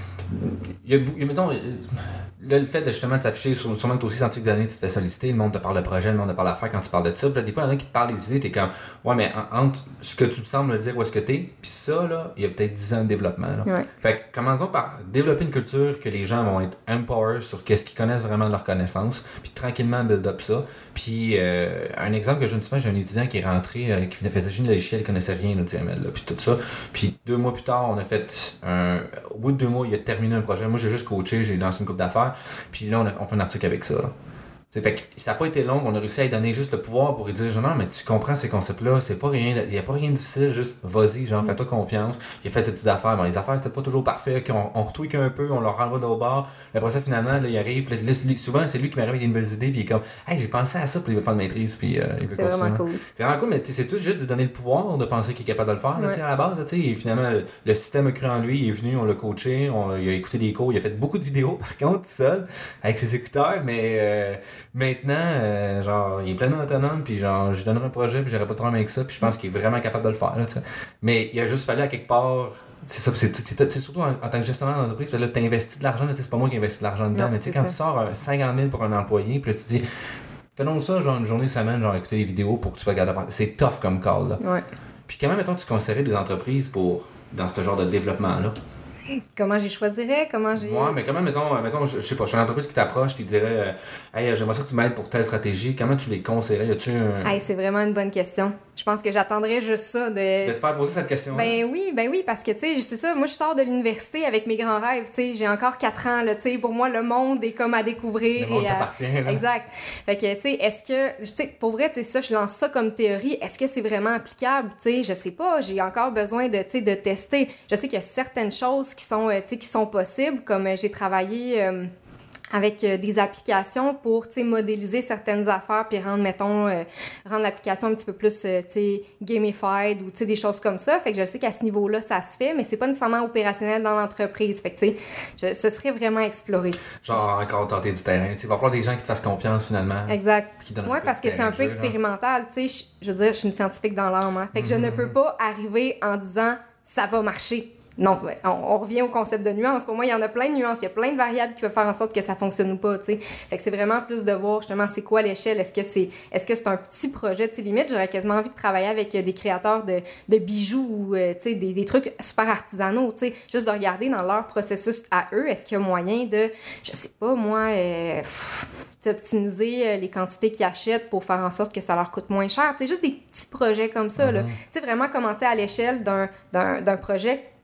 il y a, y a, mettons... Là, le fait de justement de s'afficher, sûrement que toi aussi, senti que d'année, tu te fais solliciter, le monde te parle de projet, le monde te parle d'affaires quand tu parles de ça. Puis là, des fois, il y en a qui te parlent des idées, t'es comme, ouais, mais entre ce que tu me sembles dire où est-ce que t'es, puis ça, là, il y a peut-être dix ans de développement. Là. Ouais. Fait que commençons par développer une culture que les gens vont être empowered sur qu'est-ce qu'ils connaissent vraiment de leurs connaissances, puis tranquillement build up ça. Puis euh, un exemple que je ne sais pas, j'ai un étudiant qui est rentré, euh, qui faisait juste une logiciel, il connaissait rien au T M L, là, puis tout ça. Puis deux mois plus tard, on a fait un. Au bout de deux mois, il a terminé un projet. Moi, j'ai juste coaché, j'ai lancé une couple d'affaires. Puis là, on, a, on fait un article avec ça. Là. Fait que ça n'a pas été long, on a réussi à lui donner juste le pouvoir pour lui dire genre, non, mais tu comprends ces concepts-là, c'est pas rien, il n'y a pas rien de difficile, juste vas-y, genre, fais-toi confiance. Il a fait ses petites affaires. Bon, les affaires, c'était pas toujours parfait, qu'on on retweak un peu, on leur renvoie au bord. Après ça, finalement, là, il arrive, là, souvent, c'est lui qui m'arrive avec des nouvelles idées, puis il est comme, hey, j'ai pensé à ça, puis il va faire de maîtrise, puis euh, il veut c'est continuer. Vraiment cool. C'est vraiment cool, mais c'est tout juste de donner le pouvoir de penser qu'il est capable de le faire, ouais. là, à la base, tu sais, et finalement, le, le système a cru en lui, il est venu, on l'a coaché, on, il a écouté des cours, il a fait beaucoup de vidéos, par contre, tout seul, avec ses écouteurs, mais euh, maintenant, Euh, genre, il est pleinement autonome, puis genre, je lui donnerai un projet, puis j'aurais pas de problème avec ça, puis je pense qu'il est vraiment capable de le faire, là, t'sais. Mais il a juste fallu à quelque part, c'est ça, c'est, c'est, c'est surtout en, en tant que gestionnaire d'entreprise, puis là, tu investis de l'argent, là, c'est pas moi qui investis de l'argent dedans, non, mais tu sais, quand ça. Tu sors un cinquante mille pour un employé, puis là, tu te dis, fais donc ça, genre, une journée, semaine, genre, écouter des vidéos pour que tu sois capable de faire. C'est tough comme call, là. Ouais. Puis comment, mettons, tu conseillerais des entreprises pour, dans ce genre de développement-là? Comment j'y choisirais, comment j'ai... Ouais, mais comment, mettons, mettons je, je sais pas, je suis une entreprise qui t'approche puis qui dirait euh, hey, j'aimerais ça que tu m'aides pour telle stratégie. Comment tu les conseillerais? Y a-tu un... Hey, c'est vraiment une bonne question. Je pense que j'attendrais juste ça de... De te faire poser cette question-là. Ben oui, ben oui, parce que, tu sais, c'est ça, moi, je sors de l'université avec mes grands rêves, tu sais, j'ai encore quatre ans, là, tu sais, pour moi, le monde est comme à découvrir. Le monde et t'appartient, à... là. Exact. Fait que, tu sais, est-ce que, tu sais, pour vrai, tu sais, ça, je lance ça comme théorie, est-ce que c'est vraiment applicable? Tu sais, je sais pas, j'ai encore besoin de, tu sais, de tester. Je sais qu'il y a certaines choses qui sont, tu sais, qui sont possibles, comme j'ai travaillé... Euh, avec euh, des applications pour, tu sais, modéliser certaines affaires puis rendre, mettons, euh, rendre l'application un petit peu plus, euh, tu sais, gamified ou, tu sais, des choses comme ça. Fait que je sais qu'à ce niveau-là, ça se fait, mais c'est pas nécessairement opérationnel dans l'entreprise. Fait que, tu sais, ce serait vraiment exploré. Genre, encore tenter du terrain. Tu sais, il va falloir des gens qui te fassent confiance, finalement. Exact. Oui, parce que c'est un peu jeu, expérimental, tu sais. Je veux dire, je suis une scientifique dans l'âme, hein. Fait que mm-hmm. je ne peux pas arriver en disant « ça va marcher ». Non, on, on revient au concept de nuance. Pour moi, il y en a plein de nuances. Il y a plein de variables qui peuvent faire en sorte que ça fonctionne ou pas, tu sais. Fait que c'est vraiment plus de voir, justement, c'est quoi l'échelle. Est-ce que c'est est-ce que c'est un petit projet? Tu sais, limite, j'aurais quasiment envie de travailler avec des créateurs de, de bijoux ou, euh, tu sais, des, des trucs super artisanaux, tu sais. Juste de regarder dans leur processus à eux, est-ce qu'il y a moyen de, je sais pas, moi, euh, pff, optimiser les quantités qu'ils achètent pour faire en sorte que ça leur coûte moins cher. Tu sais, juste des petits projets comme ça, mm-hmm. là. Tu sais, vraiment commencer à l'échelle d'un, d'un, d'un projet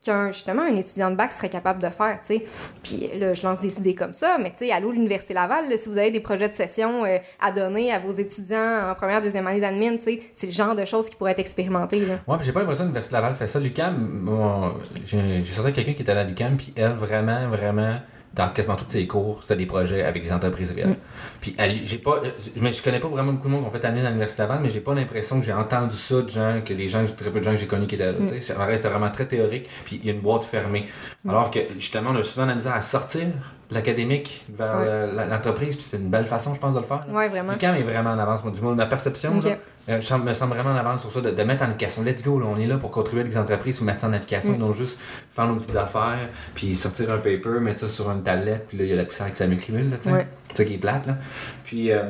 qu'un, justement, un étudiant de bac serait capable de faire, tu sais. Puis là, je lance des idées comme ça, mais tu sais, allô, l'Université Laval, là, si vous avez des projets de session euh, à donner à vos étudiants en première, deuxième année d'admin, tu sais, c'est le genre de choses qui pourraient être expérimentées, là. Ouais, puis j'ai pas l'impression que l'Université Laval fait ça. L'U Q A M, bon, j'ai, j'ai sorti quelqu'un qui était à l'U Q A M, puis elle, vraiment, vraiment, dans quasiment tous ses cours, c'était des projets avec des entreprises réelles. Mm. Puis elle, j'ai pas, mais je connais pas vraiment beaucoup de monde qui ont fait admin à l'Université Laval, mais j'ai pas l'impression que j'ai entendu ça de gens, que les gens, très peu de gens que j'ai connus qui étaient là. Mm. C'était vraiment très théorique, puis il y a une boîte fermée. Mm. Alors que justement, on a souvent la misère à sortir l'académique vers ouais. l'entreprise, puis c'est une belle façon, je pense, de le faire. Oui, vraiment. L'U Q A M est vraiment en avance, moi, du moins, ma perception, okay. là, je me sens vraiment en avance sur ça, de, de mettre en application. Let's go, là, on est là pour contribuer avec les entreprises, ou mettre ça en application, mm. non juste faire nos petites affaires, puis sortir un paper, mettre ça sur une tablette, puis là, il y a la poussière qui s'accumule, là, tu sais. Ouais. C'est ça qui est plate, là. Puis, euh,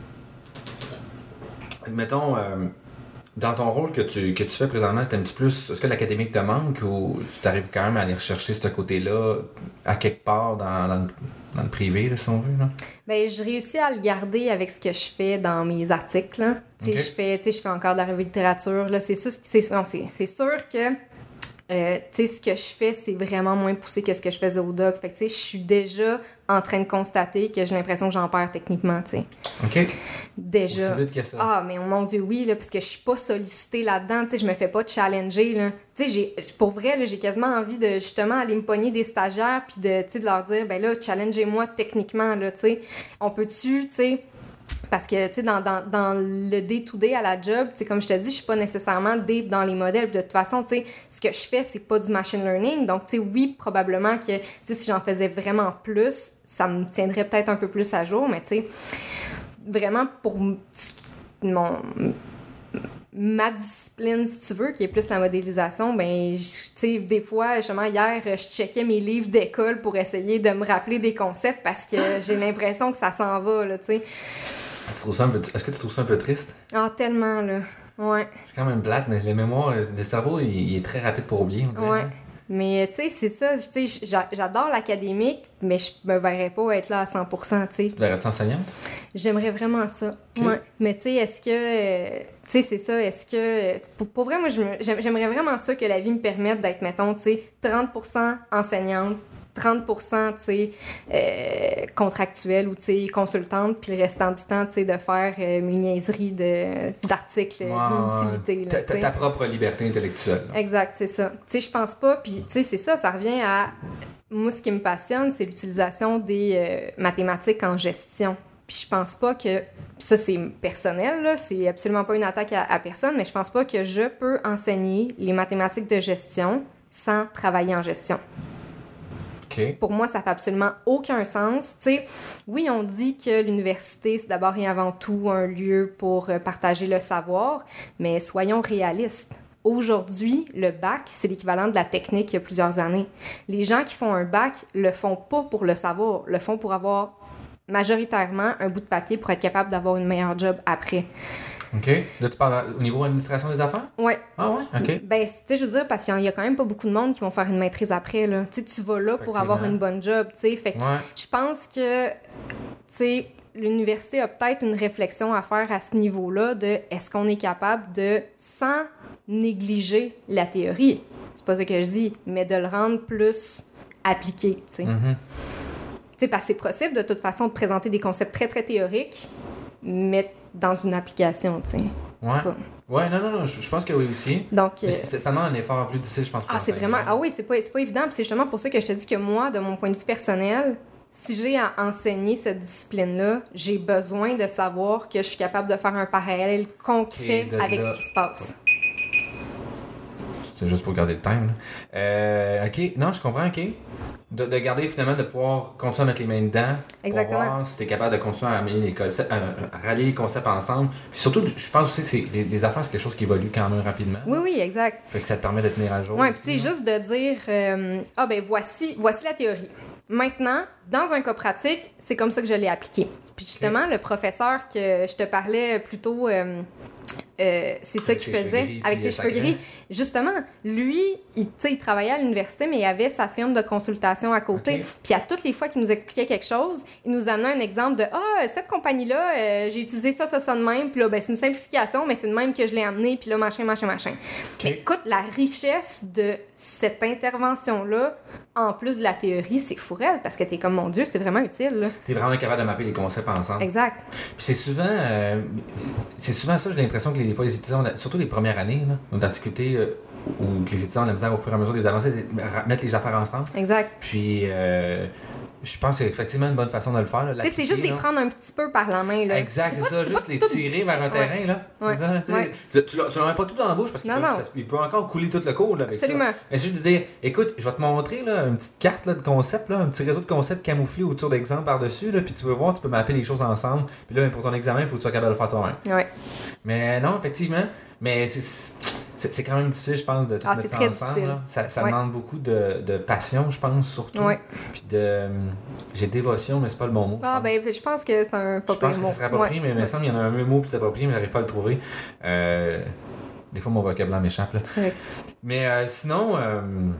mettons, euh, dans ton rôle que tu, que tu fais présentement, t'aimes-tu plus, est-ce que l'académique te manque ou tu t'arrives quand même à aller rechercher ce côté-là à quelque part dans, dans, le, dans le privé, là, si on veut, là? Bien, je réussis à le garder avec ce que je fais dans mes articles, là. Tu sais, okay. je fais, tu sais, je fais encore de la revue de littérature, là. C'est sûr, c'est, non, c'est, c'est sûr que Euh, tu sais, ce que je fais, c'est vraiment moins poussé que ce que je faisais au doc. Fait que, tu sais, je suis déjà en train de constater que j'ai l'impression que j'en perds techniquement, tu sais. OK. Déjà. Aussi vite que ça. Ah, mais mon Dieu, oui, là, parce que je suis pas sollicitée là-dedans, tu sais, je me fais pas challenger, là. Tu sais, j'ai, pour vrai, là, j'ai quasiment envie de, justement, aller me pogner des stagiaires puis de, tu sais, de leur dire, ben là, challengez-moi techniquement, là, tu sais. On peut-tu, tu sais... Parce que, tu sais, dans, dans, dans le day-to-day à la job, tu sais, comme je te dis, je suis pas nécessairement deep dans les modèles. De toute façon, tu sais, ce que je fais, c'est pas du machine learning. Donc, tu sais, oui, probablement que, tu sais, si j'en faisais vraiment plus, ça me tiendrait peut-être un peu plus à jour. Mais, tu sais, vraiment pour mon... ma discipline, si tu veux, qui est plus la modélisation, ben, tu sais, des fois, justement, hier, je checkais mes livres d'école pour essayer de me rappeler des concepts parce que j'ai l'impression que ça s'en va, là, tu sais. Tu trouves ça un peu... Est-ce que tu trouves ça un peu triste? Ah, tellement, là. Ouais. C'est quand même plate, mais les mémoires, le cerveau, il, il est très rapide pour oublier, on dirait. Ouais. Mais, tu sais, c'est ça. Tu sais, j'adore l'académique, mais je me verrais pas être là à cent pour cent, tu sais. Tu verrais-tu enseignante? J'aimerais vraiment ça. Okay. Ouais. Mais, tu sais, est-ce que... Euh, tu sais, c'est ça. Est-ce que... Pour, pour vrai, moi, j'aimerais vraiment ça que la vie me permette d'être, mettons, tu sais, trente pour cent enseignante, trente pour cent, tu sais, euh, contractuelle ou, tu sais, consultante, puis le restant du temps, tu sais, de faire euh, mes niaiseries de, d'articles ouais, d'inutilité. Ta, ta, ta propre liberté intellectuelle. Là. Exact, c'est ça. Tu sais, je pense pas, puis, tu sais, c'est ça, ça revient à... Moi, ce qui me passionne, c'est l'utilisation des euh, mathématiques en gestion. Puis je pense pas que... Ça, c'est personnel, là, c'est absolument pas une attaque à, à personne, mais je pense pas que je peux enseigner les mathématiques de gestion sans travailler en gestion. Okay. Pour moi, ça fait absolument aucun sens. Tu sais, oui, on dit que l'université, c'est d'abord et avant tout un lieu pour partager le savoir, mais soyons réalistes. Aujourd'hui, le bac, c'est l'équivalent de la technique il y a plusieurs années. Les gens qui font un bac le font pas pour le savoir, le font pour avoir majoritairement un bout de papier pour être capable d'avoir une meilleure job après. OK. Là, tu parles au niveau administration des affaires? Oui. Ah ouais? OK. Ben, tu sais, je veux dire, parce qu'il y a quand même pas beaucoup de monde qui vont faire une maîtrise après, là. Tu sais, tu vas là pour avoir une bonne job, tu sais. Fait que ouais. Je pense que, tu sais, l'université a peut-être une réflexion à faire à ce niveau-là de est-ce qu'on est capable de, sans négliger la théorie, c'est pas ça que je dis, mais de le rendre plus appliqué, tu sais. Mm-hmm. Tu sais, parce que c'est possible, de toute façon, de présenter des concepts très, très théoriques, mais dans une application, tu sais. Ouais. Ouais, non, non, non, je, je pense que oui aussi. Donc, mais c'est, ça demande un effort plus difficile, je pense. Ah, c'est vraiment... Ah oui, c'est pas, c'est pas évident. Puis c'est justement pour ça que je te dis que moi, de mon point de vue personnel, si j'ai à enseigner cette discipline-là, j'ai besoin de savoir que je suis capable de faire un parallèle concret avec là... ce qui se passe. C'est juste pour garder le time. Euh, OK, non, je comprends, OK. De, de garder finalement, de pouvoir continuer à mettre les mains dedans. Exactement. Pour voir si t'es capable de continuer à amener les concepts, à, à rallier les concepts ensemble. Puis surtout, je pense aussi que c'est, les, les affaires, c'est quelque chose qui évolue quand même rapidement. Oui, oui, exact. Fait que ça te permet de tenir à jour. Oui, puis c'est juste de dire, euh, ah ben voici, voici la théorie. Maintenant, dans un cas pratique, c'est comme ça que je l'ai appliqué. Puis justement, okay. Le professeur que je te parlais plus tôt... Euh, Euh, c'est ça qu'il faisait gris, avec ses cheveux gris. Justement, lui, il, il travaillait à l'université, mais il avait sa firme de consultation à côté. Okay. Puis à toutes les fois qu'il nous expliquait quelque chose, il nous amenait un exemple de « Ah, cette compagnie-là, euh, j'ai utilisé ça, ça, ça de même. Puis là, ben, c'est une simplification, mais c'est de même que je l'ai amené. Puis là, machin, machin, machin. Okay. » Mais écoute, la richesse de cette intervention-là, en plus de la théorie, c'est fourrel, parce que t'es comme, mon Dieu, c'est vraiment utile. Là. T'es vraiment capable de mapper les concepts ensemble. Exact. Puis c'est souvent, euh, c'est souvent ça, j'ai l'impression que les, des fois, les étudiants, surtout les premières années, là, d'antiquité, euh, où les étudiants ont la misère au fur et à mesure des avancées, de mettre les affaires ensemble. Exact. Puis, euh, je pense que c'est effectivement une bonne façon de le faire. Tu sais, c'est juste là. Les prendre un petit peu par la main. Là. Exact, c'est, c'est ça, juste les tout... tirer vers un terrain. Ouais. Là. Ouais. C'est ça, tu, ouais. tu, tu, tu l'as même pas tout dans la bouche parce qu'il non, peut, non. Ça, il peut encore couler tout le cours là, avec Absolument. ça. Mais c'est juste de dire, écoute, je vais te montrer là, une petite carte là, de concept, là, un petit réseau de concepts camouflés autour d'exemples par-dessus, là, puis tu peux voir, tu peux mapper les choses ensemble. Puis là, pour ton examen, il faut que tu sois capable de le faire toi-même. Ouais. Mais non, effectivement, mais c'est... C'est, c'est quand même difficile, je pense, de tout ah, mettre c'est ça très ensemble. Difficile. Là. Ça, ça ouais. demande beaucoup de, de passion, je pense, surtout. Ouais. Puis de... J'ai dévotion, mais c'est pas le bon mot. Ah, ben, je pense que c'est un pas Je pense que mot. ce serait approprié, ouais. mais il me semble qu'il y en a un mot plus approprié, mais j'arrive pas à le trouver. Euh... Des fois, mon vocabulaire m'échappe. Là. Ouais. Mais euh, sinon... Euh...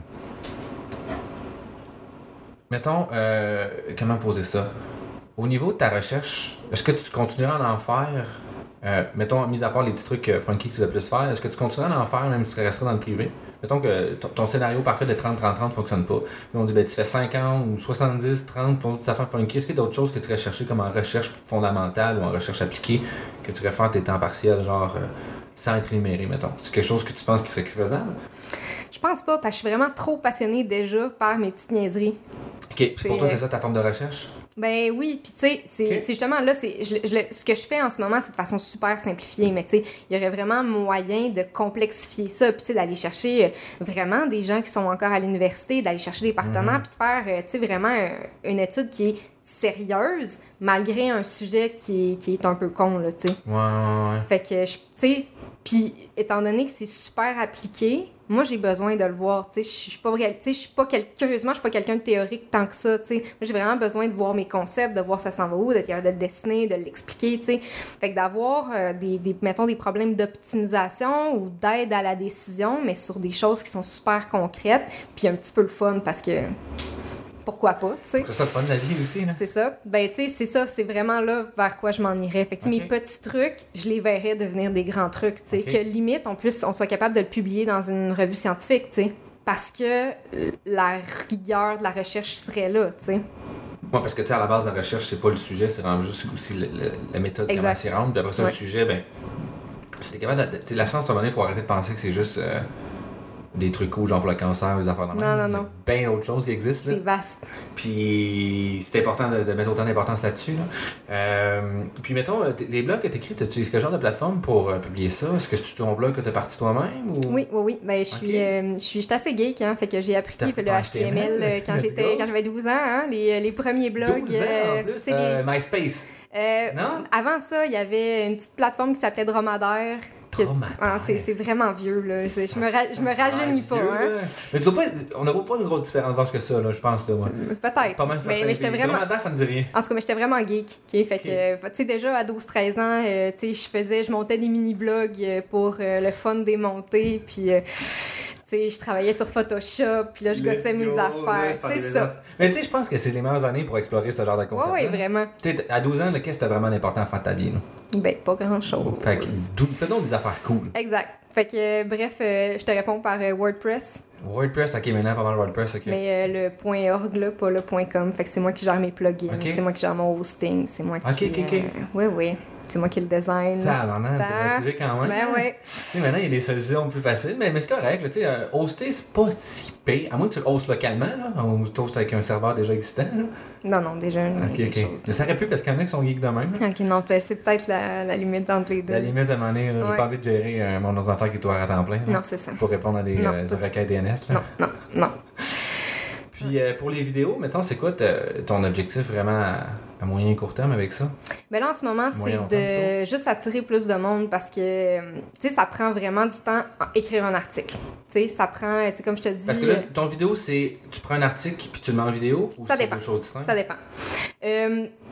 Mettons, euh... comment poser ça? Au niveau de ta recherche, est-ce que tu continueras à en faire? Euh, mettons, mis à part les petits trucs euh, funky que tu vas plus faire, est-ce que tu continueras à en faire même si tu resteras dans le privé? Mettons que ton, ton scénario parfait de trente trente trente ne fonctionne pas. Puis on dit, ben, tu fais cinquante ou soixante-dix, trente, ton autre affaire funky. Est-ce qu'il y a d'autres choses que tu irais chercher comme en recherche fondamentale ou en recherche appliquée que tu irais faire tes temps partiels, genre euh, sans être rémunéré, mettons? C'est quelque chose que tu penses qui serait faisable? Je pense pas, parce que je suis vraiment trop passionnée déjà par mes petites niaiseries. OK. Puis pour toi, c'est ça ta forme de recherche? Ben oui, puis tu sais, c'est, okay. c'est justement là, c'est, je, je, ce que je fais en ce moment, c'est de façon super simplifiée, mais tu sais, il y aurait vraiment moyen de complexifier ça, puis tu sais, d'aller chercher vraiment des gens qui sont encore à l'université, d'aller chercher des partenaires, mm-hmm. puis de faire, tu sais, vraiment une étude qui est sérieuse, malgré un sujet qui est, qui est un peu con, là, tu sais. Ouais, ouais, ouais. Fait que, tu sais, puis étant donné que c'est super appliqué, moi, j'ai besoin de le voir, tu sais, je suis pas tu sais, je suis pas quel... curieusement, je suis pas quelqu'un de théorique tant que ça, tu sais. Moi, j'ai vraiment besoin de voir mes concepts, de voir ça s'en va où, d'être capable de le dessiner, de l'expliquer, tu sais. Fait que d'avoir euh, des, des, mettons, des problèmes d'optimisation ou d'aide à la décision, mais sur des choses qui sont super concrètes, puis un petit peu le fun, parce que... Pourquoi pas, tu sais. C'est ça le fun de la vie aussi, là. C'est ça. Ben, tu sais, c'est ça. C'est vraiment là vers quoi je m'en irais. Fait que, okay. Mes petits trucs, je les verrais devenir des grands trucs, tu sais. Okay. Que limite, on puisse, on soit capable de le publier dans une revue scientifique, tu sais. Parce que la rigueur de la recherche serait là, tu sais. Oui, parce que, tu sais, à la base de la recherche, c'est pas le sujet, c'est vraiment juste aussi le, le, la méthode, exact. Comment s'y rendre. Puis après ça, ouais. Le sujet, ben, si t'es capable de. Tu sais, la science, à un moment donné, il faut arrêter de penser que c'est juste. Euh, des trucs cool, genre pour le cancer, les affaires de même. Non, non, non. Il y a bien d'autres choses qui existent. C'est là. Vaste. Puis c'est important de, de mettre autant d'importance là-dessus. Là. Euh, puis mettons, les blogs que tu écris, tu utilises quel genre de plateforme pour euh, publier ça? Est-ce que c'est ton blog que tu as parti toi-même? Ou... Oui, oui, oui. Ben, je suis okay. euh, je suis assez geek, hein, fait que j'ai appris le H T M L euh, quand, j'étais, quand j'avais douze ans, hein, les, les premiers blogs. douze ans euh, en plus, c'est euh, les... MySpace. Euh, non? Avant ça, il y avait une petite plateforme qui s'appelait Dromadaire. Oh, ah, c'est, c'est vraiment vieux, là. C'est, je, me ra- je me rajeunis pas, vieux, hein. Mais tu vois pas, on n'a pas une grosse différence d'âge que ça, là, je pense, là, moi. Peut-être. Pas mal mais, mais j'étais vraiment... Dromadaire, ça me dit rien. En tout cas, mais j'étais vraiment geek, okay? Fait okay. que, tu sais, déjà, à douze treize ans, euh, tu sais, je faisais, je montais des mini-blogs pour euh, le fun des montées, puis... Euh, tu sais, je travaillais sur Photoshop, puis là, je Let's gossais mes go, affaires. C'est ça. Affaires. Mais tu sais, je pense que c'est les meilleures années pour explorer ce genre de concept. Oui, oui, vraiment. Tu sais, à douze ans, là, qu'est-ce que c'était vraiment important à faire de ta vie, là? Ben, pas grand-chose. Fait que, fais donc des affaires cool. Exact. Fait que, euh, bref, euh, je te réponds par euh, WordPress. WordPress, ok, maintenant, pas mal WordPress, ok. Mais euh, le .org, là, pas le .com. Fait que c'est moi qui gère mes plugins, okay. C'est moi qui gère mon hosting, c'est moi qui... Ok, ok, ok. Euh, oui, oui. C'est moi qui le design. Ça, maintenant, t'es motivé quand même. Ben oui. Tu sais, maintenant, il y a des solutions plus faciles, mais, mais c'est correct. Tu sais, euh, hoster, c'est pas si payé. À moins que tu le hostes localement, là, ou tu hostes avec un serveur déjà existant, là. Non, non, déjà, une, okay, quelque okay. chose. Mais ça aurait pu, parce qu'il y en a qui sont geeks de même. Là. Ok, non, c'est peut-être la, la limite entre les deux. La limite, à un moment donné, là, ouais. J'ai pas envie de gérer euh, mon ordinateur qui est ouvert à temps plein. Là, non, c'est ça. Pour répondre à des, non, euh, des requêtes D N S. Là. Non, non, non. Puis euh, pour les vidéos, mettons, c'est quoi ton objectif vraiment à, à moyen et court terme avec ça? Ben là, en ce moment, moyen c'est de plutôt. Juste attirer plus de monde parce que, tu sais, ça prend vraiment du temps à écrire un article. Tu sais, ça prend, tu sais, comme je te dis... Parce que là, ton vidéo, c'est, tu prends un article puis tu le mets en vidéo? Ou ça dépend. Deux choses distinctes? Ça dépend. Euh,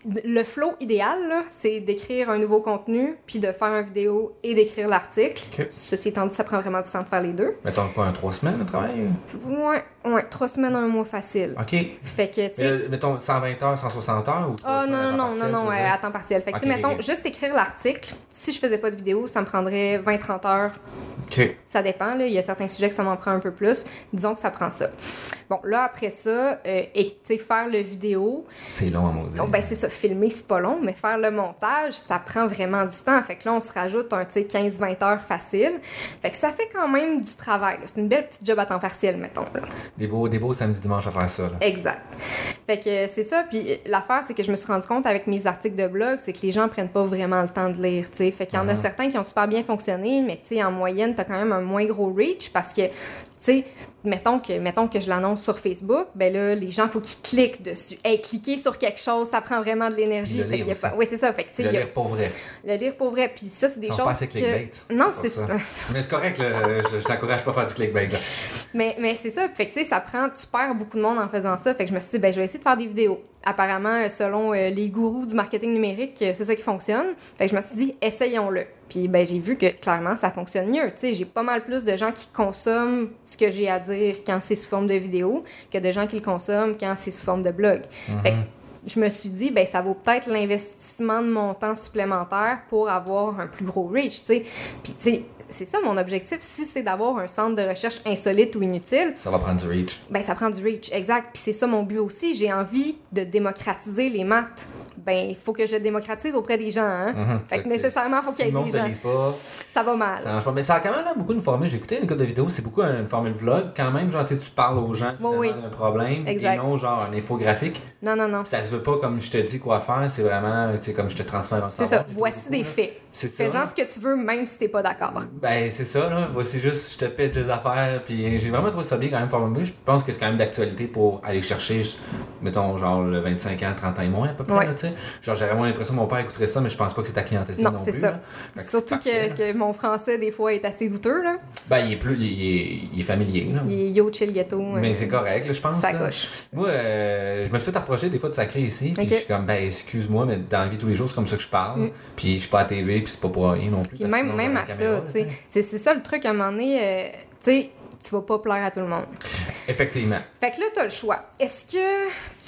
le flow idéal, là, c'est d'écrire un nouveau contenu, puis de faire une vidéo et d'écrire l'article. Okay. Ceci étant dit, ça prend vraiment du temps de faire les deux. Mettons quoi, un trois semaines de travail? Ouais, ouais, trois semaines, un mois facile. OK. Fait que, tu sais... Euh, mettons cent vingt heures, cent soixante heures ou Ah, oh, non, non, non, non, non, ouais, à temps partiel. Fait que, okay, tu sais, mettons, okay. juste écrire l'article, si je faisais pas de vidéo, ça me prendrait vingt à trente heures. OK. Ça dépend, là. Il y a certains sujets que ça m'en prend un peu plus. Disons que ça prend ça. Bon, là, après ça, euh, et, tu sais, faire le vidéo... C'est long à mon dieu. Oh, ben, c'est ça. Filmer, c'est pas long, mais faire le montage, ça prend vraiment du temps. Fait que là, on se rajoute un, tu sais, quinze à vingt heures facile. Fait que ça fait quand même du travail, là. C'est une belle petite job à temps partiel, mettons, là. Des beaux, des beaux samedi, dimanche à faire ça, là. Exact. Fait que c'est ça. Puis l'affaire, c'est que je me suis rendu compte avec mes articles de blog, c'est que les gens prennent pas vraiment le temps de lire, tu sais. Fait qu'il y en a uh-huh. certains qui ont super bien fonctionné, mais tu sais, en moyenne, t'as quand même un moins gros reach parce que, tu sais, mettons que, mettons que je l'annonce sur Facebook, ben là, les gens, il faut qu'ils cliquent dessus. Hey, cliquer sur quelque chose, ça prend vraiment de l'énergie. Le lire fait aussi. Oui, c'est ça. Fait que, tu sais, le il y a... lire pour vrai. Le lire pour vrai. Puis ça, c'est des Ils sont choses pas assez que... clickbait. Non, c'est c'est ça. ça. Mais c'est correct, là. je, je t'encourage pas à faire du clickbait, là. Mais, mais c'est ça. Fait que, tu sais, ça prend... Tu perds beaucoup de monde en faisant ça. Fait que je me suis dit, ben je vais essayer de faire des vidéos. Apparemment, selon euh, les gourous du marketing numérique, c'est ça qui fonctionne. Fait que je me suis dit, essayons-le. Puis ben j'ai vu que clairement ça fonctionne mieux. Tu sais, j'ai pas mal plus de gens qui consomment ce que j'ai à dire quand c'est sous forme de vidéo que de gens qui le consomment quand c'est sous forme de blog. Mm-hmm. Fait que je me suis dit, ben ça vaut peut-être l'investissement de mon temps supplémentaire pour avoir un plus gros reach, tu sais. Puis tu sais, c'est ça mon objectif. Si c'est d'avoir un centre de recherche insolite ou inutile... Ça va prendre du reach. Ben ça prend du reach, exact. Puis c'est ça mon but aussi. J'ai envie de démocratiser les maths. Ben il faut que je le démocratise auprès des gens, hein. Mm-hmm. Fait que nécessairement, il faut qu'il y ait des gens. Pas, ça va mal. Ça marche pas. Mais ça a quand même là, beaucoup une formule. J'ai écouté une couple de vidéos, c'est beaucoup une formule vlog. Quand même, genre, tu parles aux gens oui, oui. d'un problème exact. Et non genre un infographique. Non, non, non. Puis ça se veut pas comme je te dis quoi faire, c'est vraiment, tu sais, comme je te transfère un savoir. C'est ça. Voici des faits. C'est ça. Fais-en ce que tu veux, même si t'es pas d'accord. Ben, c'est ça, là. Voici juste, je te pitch des affaires. Puis j'ai vraiment trouvé ça bien quand même formule. Je pense que c'est quand même d'actualité pour aller chercher, mettons, genre, le vingt-cinq ans, trente ans et moins, à peu près, ouais. là, tu sais. Genre, j'aurais moins l'impression que mon père écouterait ça, mais je pense pas que c'est ta clientèle non, non c'est plus. Ça. Que Surtout c'est que, que mon français, des fois, est assez douteux, là. Ben, il est plus, il est, il est familier, là. Il est yo, chill, ghetto. Mais euh, c'est correct, là, je pense. Ça là. coche. Moi, euh, je me fais approcher des fois de sacré ici, puis okay. je suis comme, ben, excuse-moi, mais dans la vie tous les jours, c'est comme ça que je parle. Mm. Puis je suis pas à T V, puis c'est pas pour rien non plus. Puis même, même à ça, tu sais. C'est, c'est ça le truc, à un moment donné, euh, tu sais, tu vas pas plaire à tout le monde. Effectivement. Fait que là, t'as le choix. Est-ce que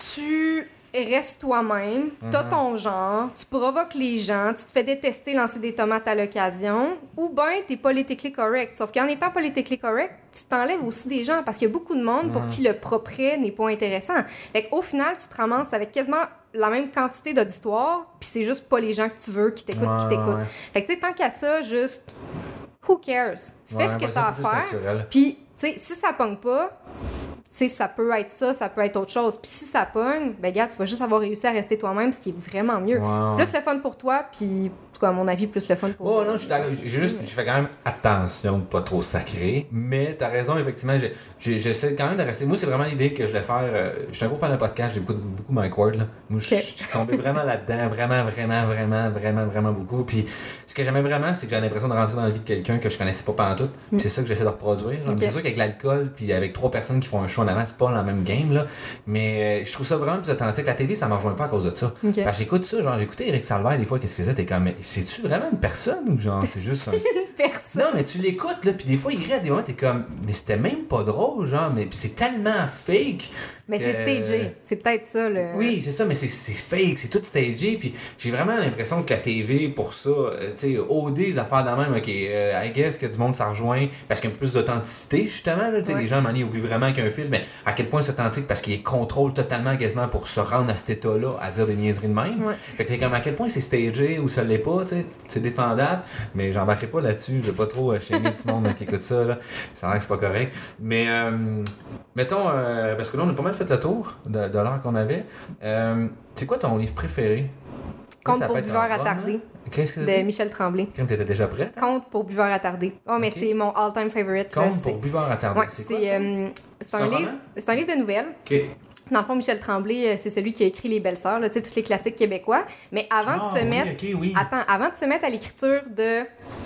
tu restes toi-même, t'as mm-hmm. ton genre, tu provoques les gens, tu te fais détester lancer des tomates à l'occasion, ou ben t'es politically correct. Sauf qu'en étant politically correct, tu t'enlèves aussi des gens, parce qu'il y a beaucoup de monde mm-hmm. pour qui le propre n'est pas intéressant. Fait qu'au final, tu te ramasses avec quasiment la même quantité d'auditoire, puis c'est juste pas les gens que tu veux qui t'écoutent, ouais, qui t'écoutent. Ouais. Fait que tu sais, tant qu'à ça, juste... Who cares? Fais ouais, ce que bah, t'as à faire. Puis, tu sais, si ça pogne pas, tu sais, ça peut être ça, ça peut être autre chose. Puis si ça pogne, ben gars, tu vas juste avoir réussi à rester toi-même, ce qui est vraiment mieux. Wow. Plus le fun pour toi, puis, en tout cas, à mon avis, plus le fun pour oh, toi. non, je suis d'accord. J'ai juste, je fais quand même attention de pas trop sacrer. Mais t'as raison, effectivement, j'ai, j'ai, j'essaie quand même de rester. Moi, c'est vraiment l'idée que je voulais faire. Euh, je suis un gros fan de podcast, j'écoute beaucoup Mike Ward, là. Moi, je, okay. je suis tombé vraiment là-dedans, vraiment, vraiment, vraiment, vraiment, vraiment beaucoup. Puis ce que j'aimais vraiment, c'est que j'ai l'impression de rentrer dans la vie de quelqu'un que je connaissais pas pantoute. Puis mm. c'est ça que j'essaie de reproduire. Genre, okay. C'est sûr qu'avec l'alcool, puis avec trois personnes qui font un show en avant, c'est pas la même game, là. Mais euh, je trouve ça vraiment plus authentique. La T V, ça me rejoint pas à cause de ça. Okay. Parce que j'écoute ça, genre, j'écoutais Éric Salvaire des fois, qu'est-ce qu'il faisait, t'es comme, c'est-tu vraiment une personne ou genre, c'est juste un. C'est une personne. Non, mais tu l'écoutes, là, puis des fois, il rit à des moments, t'es comme, mais c'était même pas drôle, genre, mais pis c'est tellement fake. Mais que... c'est stagé, c'est peut-être ça, le... Oui, c'est ça, mais c'est, c'est fake, c'est tout stagé, puis j'ai vraiment l'impression que la T V, pour ça, euh, tu sais, O D, les affaires de même, ok, euh, I guess que du monde ça rejoint, parce qu'il y a plus d'authenticité, justement, là, tu sais, ouais. Les gens, à un moment donné, oublient vraiment qu'il y a un film, mais à quel point c'est authentique, parce qu'il contrôle totalement, quasiment, pour se rendre à cet état-là, à dire des niaiseries de même. Ouais. Fait que t'es comme, à quel point c'est stagé, ou ça l'est pas, tu sais, c'est défendable, mais j'embarquerai pas là-dessus, je vais pas trop chémer du monde là, qui écoute ça, là, ça a l'air que c'est pas correct, mais, euh, mettons, euh, parce que là, on a pas mal fait le tour de, de l'heure qu'on avait. Euh, c'est quoi ton livre préféré? Conte pour buveurs attardés. Qu'est-ce que de dit? Michel Tremblay. Comme t'étais déjà prête? Hein? Conte pour buveurs attardés. Oh, mais okay. C'est mon all-time favorite. Conte là, pour c'est... buveurs attardés. Ouais, c'est c'est, quoi, ça? euh, c'est, c'est un, un livre. C'est un livre de nouvelles. OK. Dans le fond, Michel Tremblay, c'est celui qui a écrit Les Belles-Sœurs, tu sais, tous les classiques québécois. Mais avant ah, de se oui, mettre... okay, oui. Attends, avant de se mettre à l'écriture de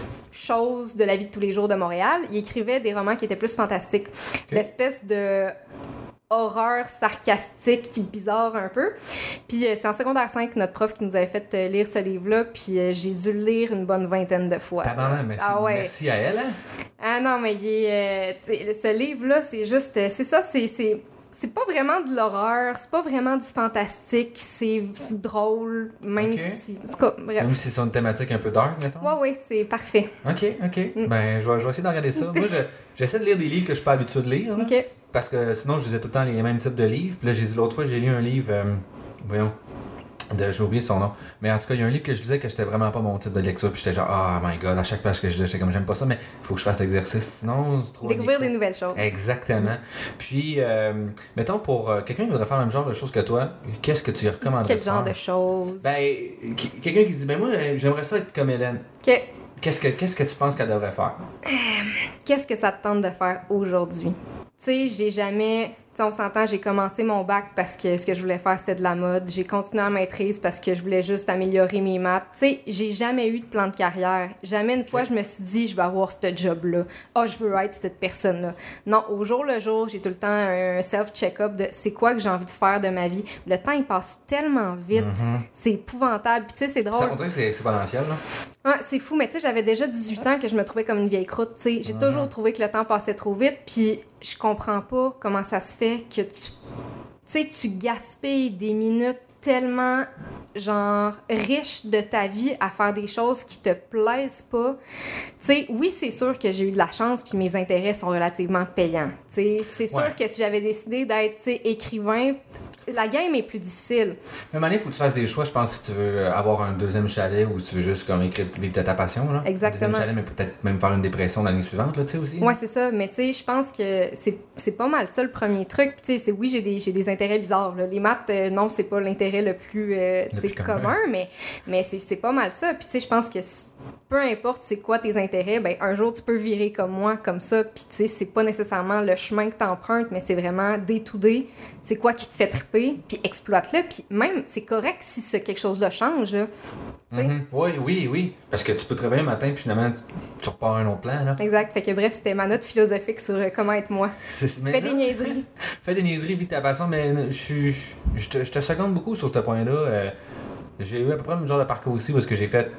choses de la vie de tous les jours de Montréal, il écrivait des romans qui étaient plus fantastiques. Okay. L'espèce de... horreur sarcastique, bizarre un peu. Puis euh, c'est en secondaire cinq, notre prof qui nous avait fait euh, lire ce livre-là, puis euh, j'ai dû le lire une bonne vingtaine de fois. Tabarnak, merci, ah ouais. merci à elle, hein? Ah non, mais il est, euh, ce livre-là, c'est juste... Euh, c'est ça, c'est... c'est C'est pas vraiment de l'horreur, c'est pas vraiment du fantastique, c'est drôle, même okay. si... En tout cas, bref. Même si c'est une thématique un peu dark, mettons? Ouais, ouais, c'est parfait. OK, OK. Mm. Ben, je vais, je vais essayer de regarder ça. Moi, je, j'essaie de lire des livres que je suis pas habitué de lire, là, OK. parce que sinon, je lisais tout le temps les mêmes types de livres. Puis là, j'ai dit l'autre fois, j'ai lu un livre... Euh, voyons... De, j'ai oublié son nom. Mais en tout cas, il y a un livre que je lisais que j'étais vraiment pas mon type de lecture. Puis j'étais genre, oh my god, à chaque page que je lisais, j'étais comme, j'aime pas ça, mais il faut que je fasse l'exercice. Sinon, c'est trop. Découvrir des nouvelles choses. Exactement. Puis, euh, mettons, pour euh, quelqu'un qui voudrait faire le même genre de choses que toi, qu'est-ce que tu lui recommanderais? Quel genre de choses? Ben, quelqu'un qui dit, ben moi, j'aimerais ça être comme Hélène. OK. Qu'est-ce que, qu'est-ce que tu penses qu'elle devrait faire? Euh, qu'est-ce que ça te tente de faire aujourd'hui? Tu sais, j'ai jamais... Tu sais, on s'entend, j'ai commencé mon bac parce que ce que je voulais faire, c'était de la mode. J'ai continué en maîtrise parce que je voulais juste améliorer mes maths. Tu sais, j'ai jamais eu de plan de carrière. Jamais une fois, je me suis dit, je vais avoir ce job-là. Ah, oh, je veux être cette personne-là. Non, au jour le jour, j'ai tout le temps un self-check-up de c'est quoi que j'ai envie de faire de ma vie. Le temps, il passe tellement vite. Mm-hmm. C'est épouvantable. Puis tu sais, c'est drôle. Ça, on dirait que c'est exponentiel, là. Ah, c'est fou, mais tu sais, j'avais déjà dix-huit ans que je me trouvais comme une vieille croûte, tu sais. J'ai mm-hmm. toujours trouvé que le temps passait trop vite, puis je comprends pas comment ça se fait que tu... Tu sais, tu gaspilles des minutes tellement, genre, riches de ta vie à faire des choses qui te plaisent pas. Tu sais, oui, c'est sûr que j'ai eu de la chance, puis mes intérêts sont relativement payants. Tu sais, c'est sûr ouais. que si j'avais décidé d'être, tu sais, écrivain... La game est plus difficile. Mais à un moment donné, il faut que tu fasses des choix, je pense, si tu veux avoir un deuxième chalet ou tu veux juste comme écrire, vivre de ta passion. Là. Exactement. Un deuxième chalet, mais peut-être même faire une dépression l'année suivante, tu sais, aussi. Ouais, c'est ça. Mais tu sais, je pense que c'est, c'est pas mal ça le premier truc. Tu sais, c'est oui, j'ai des, j'ai des intérêts bizarres. Là. Les maths, euh, non, c'est pas l'intérêt le plus, euh, le plus commun, commun, mais, mais c'est, c'est pas mal ça. Puis tu sais, je pense que peu importe c'est quoi tes intérêts, ben un jour tu peux virer comme moi, comme ça. Puis tu sais, c'est pas nécessairement le chemin que t'empruntes, mais c'est vraiment day to day. C'est quoi qui te fait triper, puis exploite-le. Puis même, c'est correct si ce quelque chose-là change, là. Mm-hmm. Oui, oui, oui. Parce que tu peux te réveiller un matin, puis finalement, tu repars un autre plan, là. Exact. Fait que bref, c'était ma note philosophique sur euh, comment être moi. Fais des niaiseries. Fais des niaiseries, vis ta passion, mais je, je, je, te, je te seconde beaucoup sur ce point-là. Euh, j'ai eu à peu près le même genre de parcours aussi, parce que j'ai fait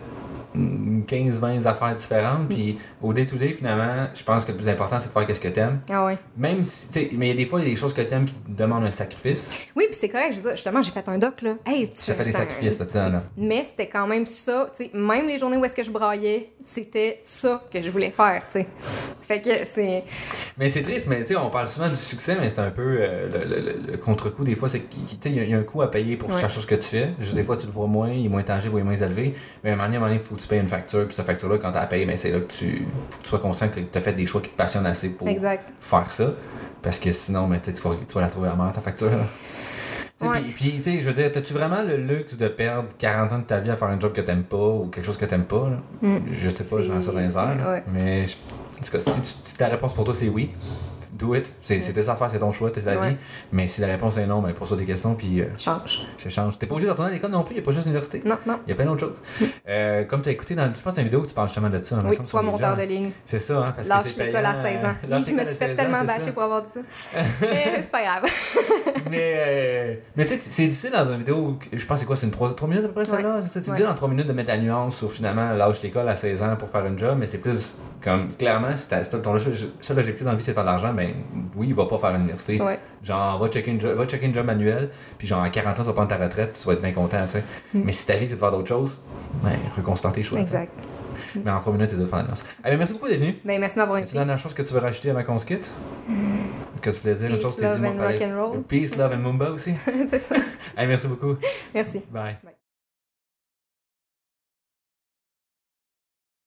quinze vingt affaires différentes, puis mm. au day-to-day, finalement, je pense que le plus important, c'est de faire qu'est-ce que t'aimes. Ah ouais. Même si, t'sais, mais il y a des fois, il y a des choses que t'aimes qui te demandent un sacrifice. Oui, puis c'est correct, je veux dire, justement, j'ai fait un doc, là. Hey, tu fais des sacrifices là-dedans, là. Mais c'était quand même ça, tu sais, même les journées où est-ce que je braillais, c'était ça que je voulais faire, tu sais. Fait que c'est... Mais c'est triste, mais tu sais, on parle souvent du succès, mais c'est un peu euh, le, le, le contre-coup, des fois, c'est qu'il y, y a un coût à payer pour ouais. chaque chose que tu fais. Juste des fois, tu le vois moins, il est moins tangible ou il est moins élevé, mais à un moment donné, à un moment donné, il faut que tu payes une facture, puis cette facture-là, quand tu as à payer, ben, c'est là que tu faut que tu sois conscient que tu as fait des choix qui te passionnent assez pour exact. faire ça. Parce que sinon, ben, tu, vas, tu vas la trouver à mort, ta facture. Ouais. Puis, tu sais, je veux dire, as-tu vraiment le luxe de perdre quarante ans de ta vie à faire un job que t'aimes pas ou quelque chose que t'aimes pas? Là? Mm. Je sais pas, j'ai un ça dans les airs. Ouais. Mais, je, en tout cas, si, tu, si ta réponse pour toi c'est oui, do it. C'est, c'est tes affaires, c'est ton choix, c'est ta ouais. vie. Mais si la réponse est non, ben pose-toi des questions puis... Euh, change. Je change. T'es pas obligé de retourner à l'école non plus, il n'y a pas juste l'université. Non, non. Il y a plein d'autres choses. euh, comme tu as écouté dans... Je pense que c'est une vidéo où tu parles justement de ça. Oui, sois monteur de ligne. C'est ça, hein. Parce lâche que c'est l'école payant, à seize ans. Euh, je me suis fait tellement bâcher pour avoir dit ça. Mais c'est pas grave. mais euh, mais tu sais, c'est difficile dans une vidéo où, je pense c'est quoi, c'est une trois minutes après ça là? C'est difficile dans trois minutes de mettre la nuance sur finalement lâche l'école à seize ans pour faire un job, mais c'est plus comme clairement si t'as ton seul objectif dans la vie c'est de faire de l'argent, ben oui, il va pas faire l'université. Ouais. Genre, va checker, une job, va checker une job manuel, puis genre à quarante ans, tu vas prendre ta retraite, tu vas être bien content, tu sais. Mm. Mais si ta vie c'est de faire d'autres choses, ben reconsidère tes choix. Exact. Mm. Mais en trois minutes, c'est de faire la nuance. Allez, merci beaucoup d'être venu. Ben, merci d'avoir invité. C'est la dernière chose que tu veux rajouter avant qu'on se quitte? Mm. Que tu voulais dire, une chose que tu dis, moi, fallait... Peace, love and Mumba aussi. C'est ça. Allez, merci beaucoup. Merci. Bye. Bye.